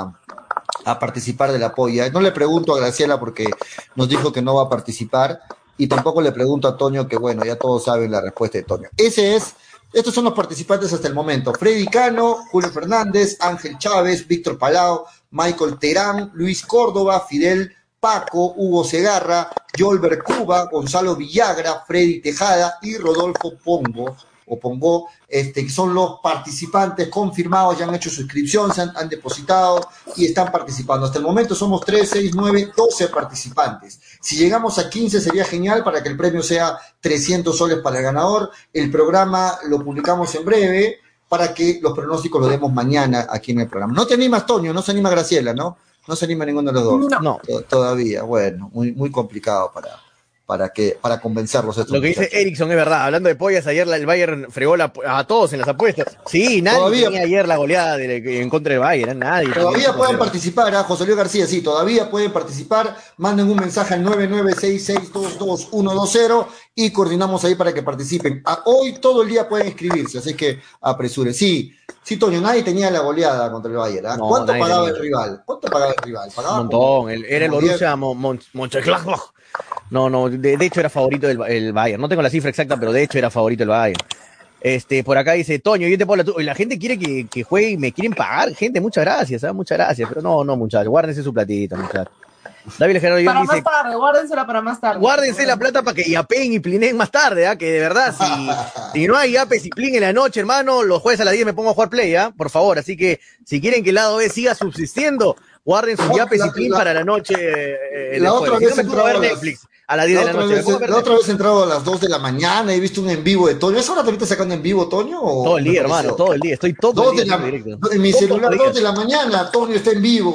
a participar de la polla. No le pregunto a Graciela porque nos dijo que no va a participar, y tampoco le pregunto a Toño, que bueno, ya todos saben la respuesta de Toño. Estos son los participantes hasta el momento: Freddy Cano, Julio Fernández, Ángel Chávez, Víctor Palau, Michael Terán, Luis Córdoba, Fidel Paco, Hugo Segarra, Yolber Cuba, Gonzalo Villagra, Freddy Tejada y Rodolfo Pongo, que son los participantes confirmados, ya han hecho su inscripción, han depositado y están participando. Hasta el momento somos 3, 6, 9, 12 participantes. Si llegamos a 15 sería genial para que el premio sea 300 soles para el ganador. El programa lo publicamos en breve para que los pronósticos los demos mañana aquí en el programa. No te animas, Toño, no se anima Graciela, ¿no? No se anima ninguno de los dos.
No.
Todavía, bueno, muy complicado para convencerlos.
Lo que dice Erickson es verdad. Hablando de pollas, ayer el Bayern fregó a todos en las apuestas. Sí, nadie tenía ayer la goleada en contra del Bayern, nadie.
Todavía pueden participar, José Luis García, sí, todavía pueden participar. Manden un mensaje al 996622120 y coordinamos ahí para que participen. Hoy todo el día pueden inscribirse, así que apresuren. Sí, Toño, nadie tenía la goleada contra el Bayern. No, ¿Cuánto pagaba el rival? Pagaba
un montón. Era el Borussia Mönchengladbach. No, de hecho era favorito el Bayern. No tengo la cifra exacta, pero de hecho era favorito el Bayern. Por acá dice, Toño, yo te pongo la gente quiere que juegue y me quieren pagar, gente, muchas gracias, muchas gracias. Pero no, muchachos, guárdense su platita, muchachos. David Gerardo dice,
más tarde, guárdensela para más tarde.
Guárdense la plata para que yapeen y plineen más tarde, que de verdad, si no hay yapes y plin en la noche, hermano, los jueves a las 10 me pongo a jugar play, por favor. Así que, si quieren que el lado B siga subsistiendo, guarden sus yapes y plin para la noche.
La otra vez
me pongo a ver Netflix a las 10 de la noche.
La otra vez he entrado a las 2 de la mañana y he visto un en vivo de Toño. ¿Es ahora también está sacando en vivo, Toño?
Todo el día, hermano, todo el día. Estoy todo el día directo.
En mi celular, 2 de la mañana, Toño está en vivo.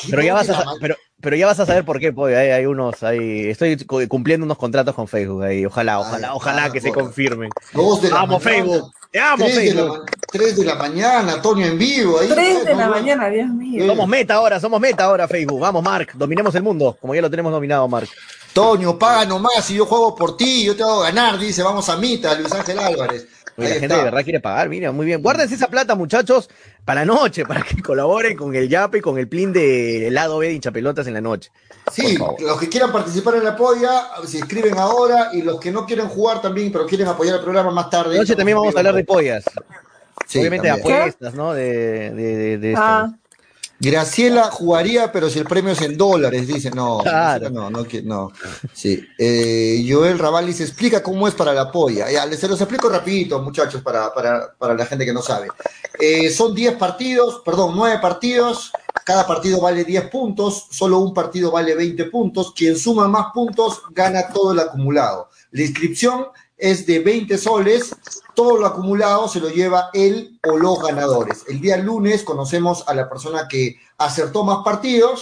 Pero ya vas a saber por qué, pues, hay unos, estoy cumpliendo unos contratos con Facebook ahí, ojalá que se confirmen. Vamos, Facebook. Te amo,
3 de la mañana, Toño en vivo. Ahí,
3 de la mañana, Dios mío.
Somos meta ahora, Facebook. Vamos, Mark, dominemos el mundo, como ya lo tenemos dominado, Mark.
Toño, paga nomás, si yo juego por ti, yo te hago ganar, dice, vamos a Mita, Luis Ángel Álvarez.
La gente de verdad quiere pagar, mira, muy bien. Guárdense esa plata, muchachos, para la noche, para que colaboren con el Yape y con el plin de lado B de hinchapelotas en la noche.
Sí, los que quieran participar en la polla, se inscriben ahora, y los que no quieren jugar también, pero quieren apoyar el programa más tarde.
Noche también vamos a hablar de pollas.
Sí,
obviamente
también.
de apuestas, ¿no? De esto.
Graciela jugaría, pero si el premio es en dólares, dice. No,
claro.
no. Sí. Joel Raval se explica cómo es para la polla. Ya, se los explico rapidito, muchachos, para la gente que no sabe. Son 9 partidos. Cada partido vale 10 puntos. Solo un partido vale 20 puntos. Quien suma más puntos gana todo el acumulado. La inscripción es de 20 soles. Todo lo acumulado se lo lleva él o los ganadores. El día lunes conocemos a la persona que acertó más partidos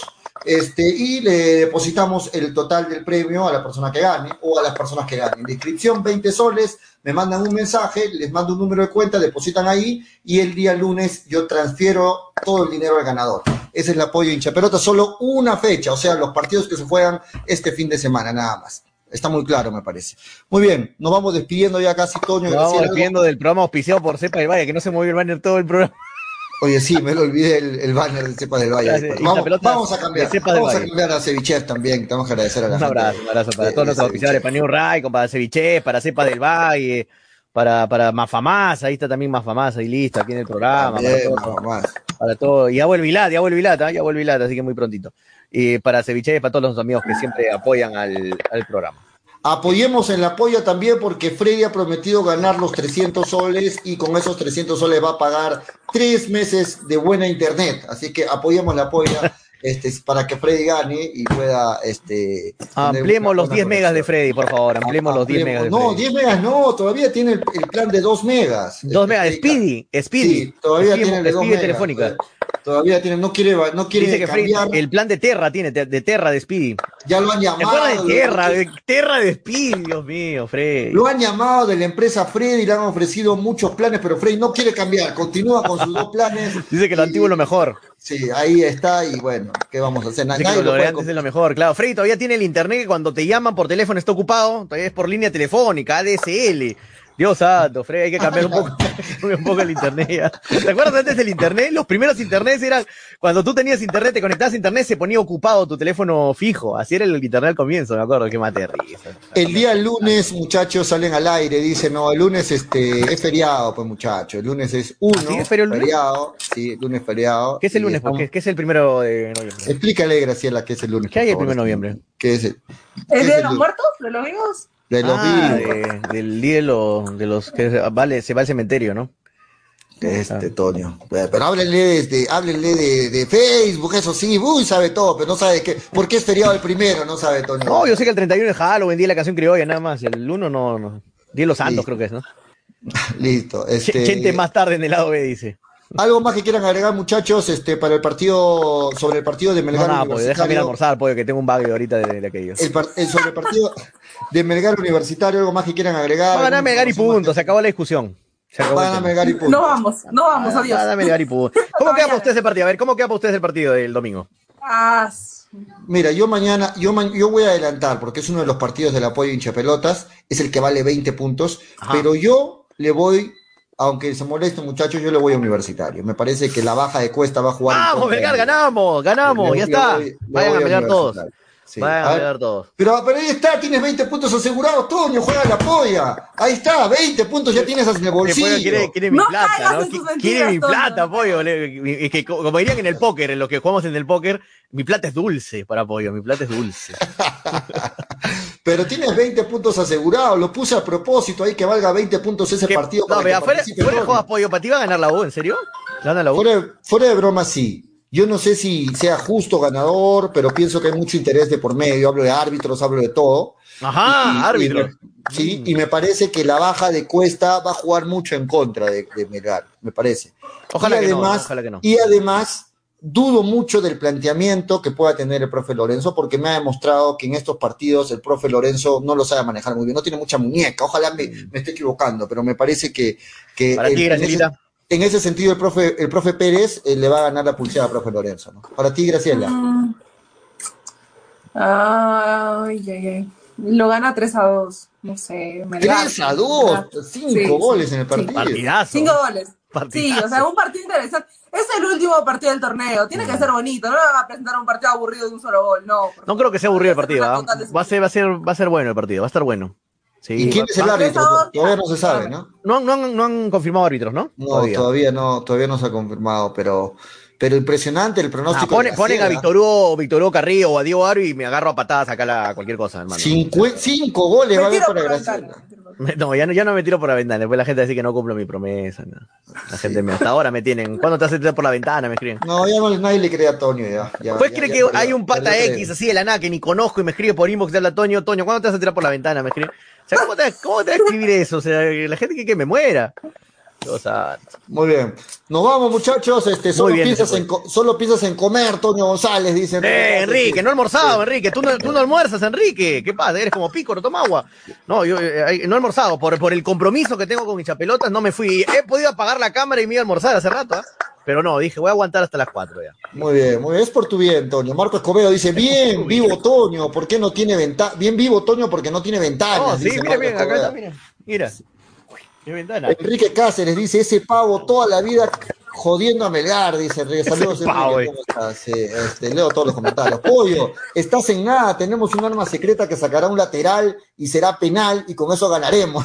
y le depositamos el total del premio a la persona que gane o a las personas que ganen. La inscripción 20 soles, me mandan un mensaje, les mando un número de cuenta, depositan ahí y el día lunes yo transfiero todo el dinero al ganador. Ese es el apoyo de hinchapelota, solo una fecha, o sea, los partidos que se juegan este fin de semana, nada más. Está muy claro, me parece. Muy bien, nos vamos despidiendo ya casi, Toño.
Nos vamos despidiendo del programa auspiciado por Cepa del Valle, que no se movió el banner todo el programa.
Oye, sí, me lo olvidé el banner de Cepa del Valle. Vamos a cambiar. Vamos a cambiar a Ceviche también. Tenemos que agradecer a la gente.
Un abrazo para todos los auspiciadores, para New Ray, para Ceviche, para Cepa del Valle, para Mafamás, ahí está también Mafamás, ahí listo, aquí en el programa. También, para todo. Y ya vuelve Vilata, así que muy prontito. Y para Ceviche, para todos los amigos que siempre apoyan al programa.
Apoyemos en la polla también porque Freddy ha prometido ganar los 300 soles y con esos 300 soles va a pagar 3 meses de buena internet. Así que apoyemos la polla para que Freddy gane y pueda...
ampliemos los 10 megas de Freddy, por favor. Ampliemos los 10 megas de Freddy.
No, 10 megas no, todavía tiene el plan de 2 megas.
2 megas, Speedy.
Sí, todavía tiene el de 2 megas.
Telefónica.
Todavía tiene, no quiere
dice que
cambiar.
El plan de Terra tiene, de Terra de Speedy.
Ya lo han llamado.
de Terra de Speedy, Dios mío, Freddy.
Lo han llamado de la empresa Freddy, le han ofrecido muchos planes, pero Freddy no quiere cambiar, continúa con sus 2 planes.
Dice que lo antiguo es lo mejor.
Sí, ahí está, y bueno, ¿qué vamos a hacer?
Nadie lo antes es lo mejor, claro. Freddy todavía tiene el internet que cuando te llaman por teléfono está ocupado, todavía es por línea telefónica, ADSL. Dios santo, Freddy, hay que cambiar un poco el internet ya. ¿Te acuerdas antes del internet? Los primeros internets eran, cuando tú tenías internet, te conectabas a internet, se ponía ocupado tu teléfono fijo. Así era el internet al comienzo, me acuerdo, qué mate risa.
El día lunes, muchachos, salen al aire, dicen, no, el lunes es feriado, pues muchachos, el lunes es 1,
¿Sí es feriado?
Sí, lunes feriado.
¿Qué es el lunes? Porque ¿qué es el 1 de noviembre?
Explícale, Graciela, qué es el lunes.
¿Qué hay el 1 de noviembre?
¿Qué es el?
¿El Día de los Muertos? ¿De los vivos?
De los vivos.
Del día de los que se va al cementerio, ¿no?
Toño. Pero háblenle de Facebook, eso sí, sabe todo, pero no sabe por qué es feriado el 1, no sabe, Toño.
No, yo sé que el 31 es Halloween, día de la canción criolla, nada más. El 1 no. Día de los Santos, creo que es, ¿no?
Listo.
Gente más tarde en el lado B, dice.
¿Algo más que quieran agregar, muchachos, sobre el partido de Melgar Universitario?
Pues déjame ir a almorzar, pollo, que tengo un bagio ahorita de aquellos.
Sobre el partido de Melgar Universitario, ¿algo más que quieran agregar?
Va a ganar Melgar y punto, se acabó la discusión.
Va a ganar Melgar y punto.
No vamos, adiós.
Va a ganar Melgar y punto. ¿Cómo queda para ustedes el partido? A ver, ¿cómo queda para ustedes el partido del domingo?
Mira, yo voy a adelantar, porque es uno de los partidos del apoyo hinchapelotas, es el que vale 20 puntos, pero yo le voy... Aunque se moleste, muchachos, yo le voy a Universitario. Me parece que la baja de Cuesta va a jugar.
¡Vamos, Melgar! ¡Ganamos! Ya está. Vayan a Melgar todos. Sí. Vayan a Melgar todos.
Pero ahí está, tienes 20 puntos asegurados, Toño, juega la polla. Ahí está, 20 puntos ya tienes en el bolsillo.
Quiere mi plata, ¿no? Quiere mi plata, pollo. Es que, como dirían en el póker, en lo que jugamos en el póker, mi plata es dulce para pollo, mi plata es dulce.
Pero tienes 20 puntos asegurados, lo puse a propósito ahí que valga 20 puntos ese partido.
No, pero fuera juegas pollo, ¿para ti va a ganar la U? ¿En serio? ¿Gana la U?
Fuera de broma, sí. Yo no sé si sea justo ganador, pero pienso que hay mucho interés de por medio. Hablo de árbitros, hablo de todo.
Ajá, árbitros.
Sí, y me parece que la baja de Cuesta va a jugar mucho en contra de Melgar, me parece.
Ojalá que no.
Y además, dudo mucho del planteamiento que pueda tener el profe Lorenzo, porque me ha demostrado que en estos partidos el profe Lorenzo no lo sabe manejar muy bien, no tiene mucha muñeca, ojalá me esté equivocando, pero me parece que
para ti, Gracielita.
En ese sentido el profe Pérez le va a ganar la pulseada al profe Lorenzo, ¿no? Para ti, Graciela.
Lo gana 3-2, no sé.
3-2, 5 goles en el partido.
Partidazo.
5 goles. Sí, o sea, un partido interesante. Es el último partido del torneo, tiene que ser bonito, no le van a presentar un partido aburrido de un solo gol, no.
No creo que sea aburrido el partido, va a ser bueno el partido, va a estar bueno. Sí.
¿Y quién es el árbitro? Todavía no se sabe, ¿no?
No han confirmado árbitros, ¿no?
No, todavía no se ha confirmado, pero impresionante el pronóstico.
Ponen a Víctor Hugo Carrillo o a Diego Aro y me agarro a patadas acá cualquier cosa, hermano.
5 goles va a haber para Graciela.
No, ya no me tiro por la ventana. Después la gente va a decir que no cumplo mi promesa. No. La gente hasta ahora me tienen. ¿Cuándo te vas a tirar por la ventana? Me escriben.
No, ya nadie le cree a Toño.
Pues cree que hay un pata X así de la nada que ni conozco y me escribe por inbox de habla Toño, ¿cuándo te vas a tirar por la ventana? Me escribe. O sea, ¿cómo te va a escribir eso? O sea, la gente quiere que me muera. O sea,
muy bien. Nos vamos, muchachos. Solo piensas en comer, Toño González, dice.
Enrique, no he almorzado, Enrique. Tú no almuerzas, Enrique. ¿Qué pasa? Eres como Pícoro, toma agua. No, yo no he almorzado. Por el compromiso que tengo con Hinchapelotas, no me fui. He podido apagar la cámara y me iba a almorzar hace rato, ¿eh? Pero no, dije, voy a aguantar hasta las 4 ya.
Muy bien. Es por tu bien, Toño. Marco Escobedo dice, bien vivo Toño, ¿por qué no tiene ventana? Bien vivo Toño, porque no tiene ventanas.
No, sí, mira, acá está, mira.
Enrique Cáceres dice, ese pavo toda la vida jodiendo a Melgar, dice Enrique. Saludos, Enrique, ¿cómo estás? Sí, leo todos los comentarios. Pollo, estás en nada, tenemos un arma secreta que sacará un lateral y será penal y con eso ganaremos.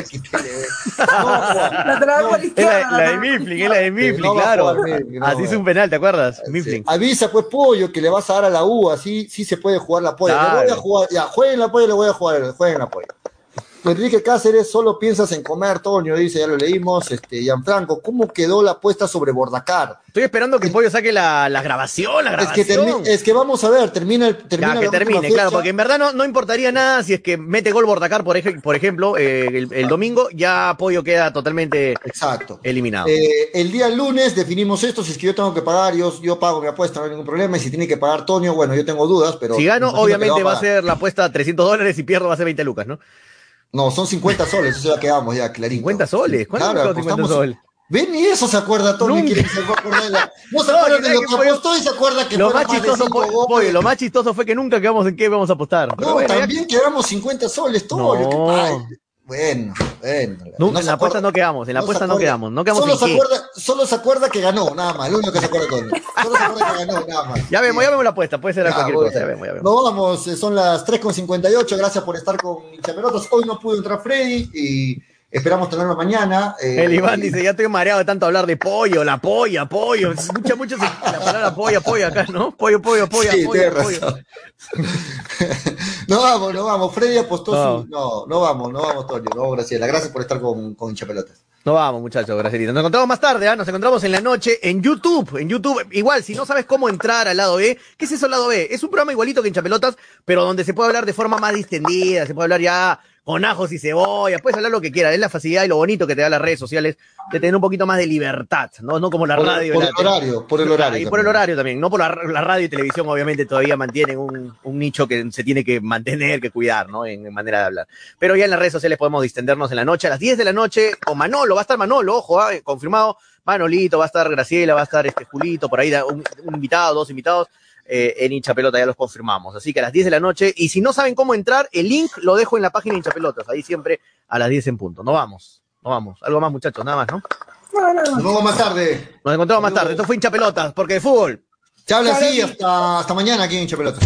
La de Mifflin, claro. Así es un penal, ¿te acuerdas? Mifflin.
Avisa pues, Pollo, que le vas a dar a la U, así sí se puede jugar la Pollo.
Claro.
Le voy a jugar, ya, jueguen la Pollo, le voy a jugar, jueguen la Pollo. Enrique Cáceres, solo piensas en comer, Toño, dice, ya lo leímos. Gianfranco, ¿cómo quedó la apuesta sobre Bordacar?
Estoy esperando que el Pollo saque la grabación.
Es que vamos a ver, termine,
claro, porque en verdad no importaría nada si es que mete gol Bordacar, por ejemplo, el domingo, ya Pollo queda totalmente eliminado.
El día lunes definimos esto, si es que yo tengo que pagar, yo pago mi apuesta, no hay ningún problema, y si tiene que pagar Toño, bueno, yo tengo dudas, pero...
Si gano, obviamente va a ser la apuesta $300, si pierdo va a ser 20 lucas, ¿no?
No, son 50 soles, eso ya quedamos ya clarito.
50 soles, ¿cuánto
claro,
50 soles?
Ven, y eso se acuerda Tony, no se acuerda de la... No se acuerda de lo que apostó y se acuerda que
lo más chistoso fue que nunca quedamos en qué vamos a apostar.
No, bueno, también quedamos 50 soles, Tony.
No.
Bueno.
En la apuesta no quedamos, no quedamos
solo se acuerda que ganó, nada más, lo único que se acuerda Tony. Solo se acuerda que ganó, nada más.
Ya vemos la apuesta, puede ser cualquier cosa, ya vemos.
Nos vamos, son las 3:58, gracias por estar con Hinchapelotas. Hoy no pudo entrar Freddy y esperamos tenerlo mañana.
El Iván dice, ya estoy mareado de tanto hablar de pollo, la polla, pollo. Mucho la palabra polla acá, ¿no? Pollo.
Sí, pollo. No vamos. Freddy apostó No vamos, Toño. No, Graciela. Gracias por estar con Hinchapelotas.
No vamos, muchachos, gracias. Nos encontramos más tarde, nos encontramos en la noche en YouTube. Igual, si no sabes cómo entrar al lado B, ¿qué es eso lado B? Es un programa igualito que Hinchapelotas, pero donde se puede hablar de forma más distendida, se puede hablar ya con ajos y cebolla, puedes hablar lo que quieras. Es la facilidad y lo bonito que te da las redes sociales de tener un poquito más de libertad, no como la radio.
Por el horario.
Y por el horario también, no por la radio y televisión, obviamente todavía mantienen un nicho que se tiene que mantener, que cuidar, ¿no? En manera de hablar. Pero ya en las redes sociales podemos distendernos en la noche, a las 10 de la noche, con Manolo, va a estar Manolo, ojo, confirmado, Manolito, va a estar Graciela, va a estar Julito, por ahí un invitado, 2 invitados. En Hinchapelota ya los confirmamos, así que a las 10 de la noche, y si no saben cómo entrar, el link lo dejo en la página de Hinchapelotas, ahí siempre a las 10 en punto. Nos vamos, algo más, muchachos, nada más, ¿no?
Nos vemos más tarde.
Nos encontramos más tarde, esto fue Hinchapelotas, porque de fútbol
se habla así hasta mañana aquí en Hinchapelotas.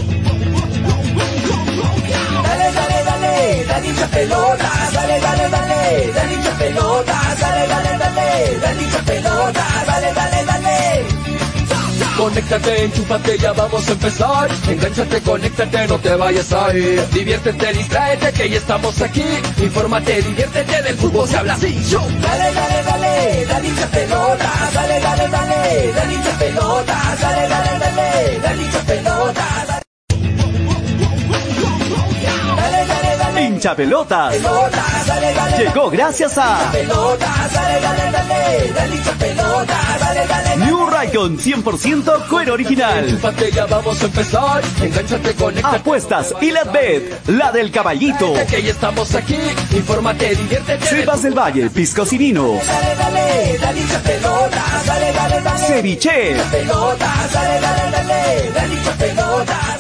Dale Hinchapelotas, dale Hinchapelotas, dale Hinchapelotas, dale. Conéctate, enchúfate, ya vamos a empezar. Engánchate, conéctate, no te vayas a ir. Diviértete, distráete, que ya estamos aquí. Infórmate, diviértete, del fútbol se habla así. Dale Hinchapelotas, dale Hinchapelotas, dale Hinchapelotas.
Hinchapelotas llegó gracias a New Raycon 100% cuero original.
Enchúfate, ya vamos a empezar. Engánchate, conéctate.
Apuestas y la Bet, la del caballito.
Que ya estamos aquí. Infórmate, diviértete.
Cepas del Valle, piscos y vinos.
Dale, hincha pelotas. Dale.
Ceviche.
Pelotas, dale, hincha pelotas.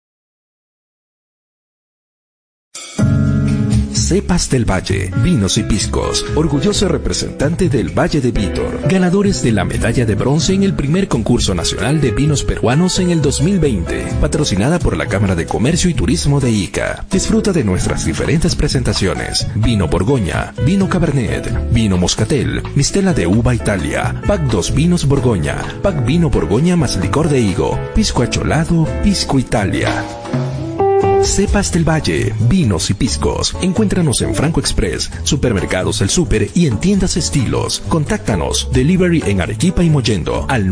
Cepas del Valle, vinos y piscos, orgulloso representante del Valle de Vítor, ganadores de la medalla de bronce en el primer concurso nacional de vinos peruanos en el 2020, patrocinada por la Cámara de Comercio y Turismo de Ica. Disfruta de nuestras diferentes presentaciones: vino Borgoña, vino Cabernet, vino Moscatel, mistela de uva Italia, pack 2 vinos Borgoña, pack vino Borgoña más licor de higo, pisco acholado, pisco Italia. Cepas del Valle, vinos y piscos. Encuéntranos en Franco Express, Supermercados El Super y en tiendas Estilos. Contáctanos, delivery en Arequipa y Mollendo al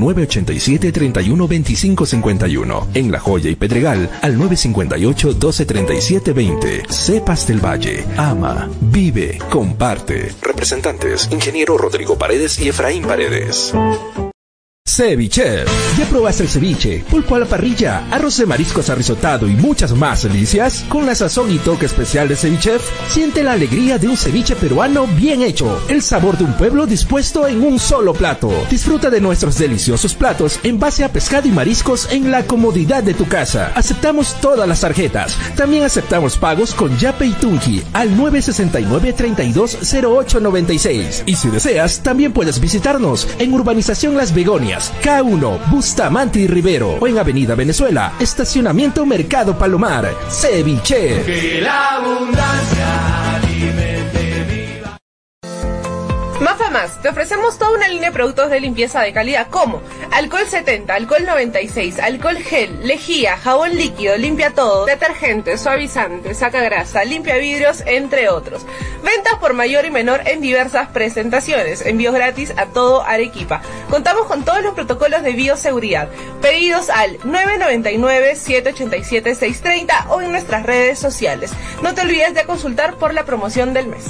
987-312551. En La Joya y Pedregal al 958-123720. Cepas del Valle, ama, vive, comparte. Representantes, Ingeniero Rodrigo Paredes y Efraín Paredes. Ceviche. ¿Ya probaste el ceviche? Pulpo a la parrilla, arroz de mariscos arrisotado y muchas más delicias. Con la sazón y toque especial de Ceviche, siente la alegría de un ceviche peruano bien hecho. El sabor de un pueblo dispuesto en un solo plato. Disfruta de nuestros deliciosos platos en base a pescado y mariscos en la comodidad de tu casa. Aceptamos todas las tarjetas. También aceptamos pagos con Yape y Tunki al 969-320896. Y si deseas, también puedes visitarnos en Urbanización Las Begonias, K1, Bustamante y Rivero, o en Avenida Venezuela, Estacionamiento Mercado Palomar. Ceviche.
Que la abundancia alimente viva.
Mafa Más, te ofrecemos toda una línea de productos de limpieza de calidad como alcohol 70, alcohol 96, alcohol gel, lejía, jabón líquido, limpia todo, detergente, suavizante, saca grasa, limpia vidrios, entre otros. Ventas por mayor y menor en diversas presentaciones, envíos gratis a todo Arequipa. Contamos con todos los protocolos de bioseguridad. Pedidos al 999-787-630 o en nuestras redes sociales. No te olvides de consultar por la promoción del mes.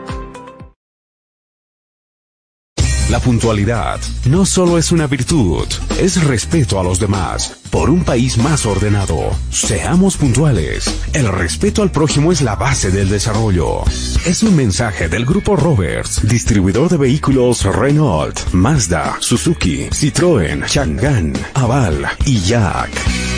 La puntualidad no solo es una virtud, es respeto a los demás. Por un país más ordenado, seamos puntuales. El respeto al prójimo es la base del desarrollo. Es un mensaje del Grupo Roberts, distribuidor de vehículos Renault, Mazda, Suzuki, Citroën, Chang'an, Aval y Jack.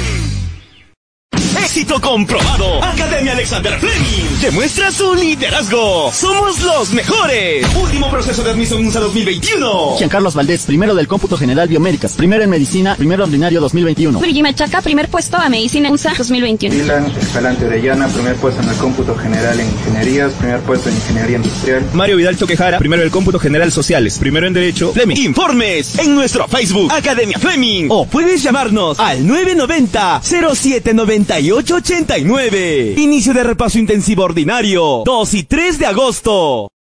Éxito comprobado. Academia Alexander Fleming demuestra su liderazgo. Somos los mejores. Último proceso de admisión USA 2021.
Giancarlos Valdés, primero del cómputo general Biomédicas, primero en medicina, primero ordinario 2021.
Luigi Machaca, primer puesto a medicina USA 2021.
Dylan Escalante Orellana, primer puesto en el cómputo general en ingenierías, primer puesto en ingeniería industrial.
Mario Vidal Choquejara, primero del cómputo general sociales, primero en derecho, Fleming.
Informes en nuestro Facebook Academia Fleming o puedes llamarnos al 990-079889. Inicio de repaso intensivo ordinario, 2 y 3 de agosto.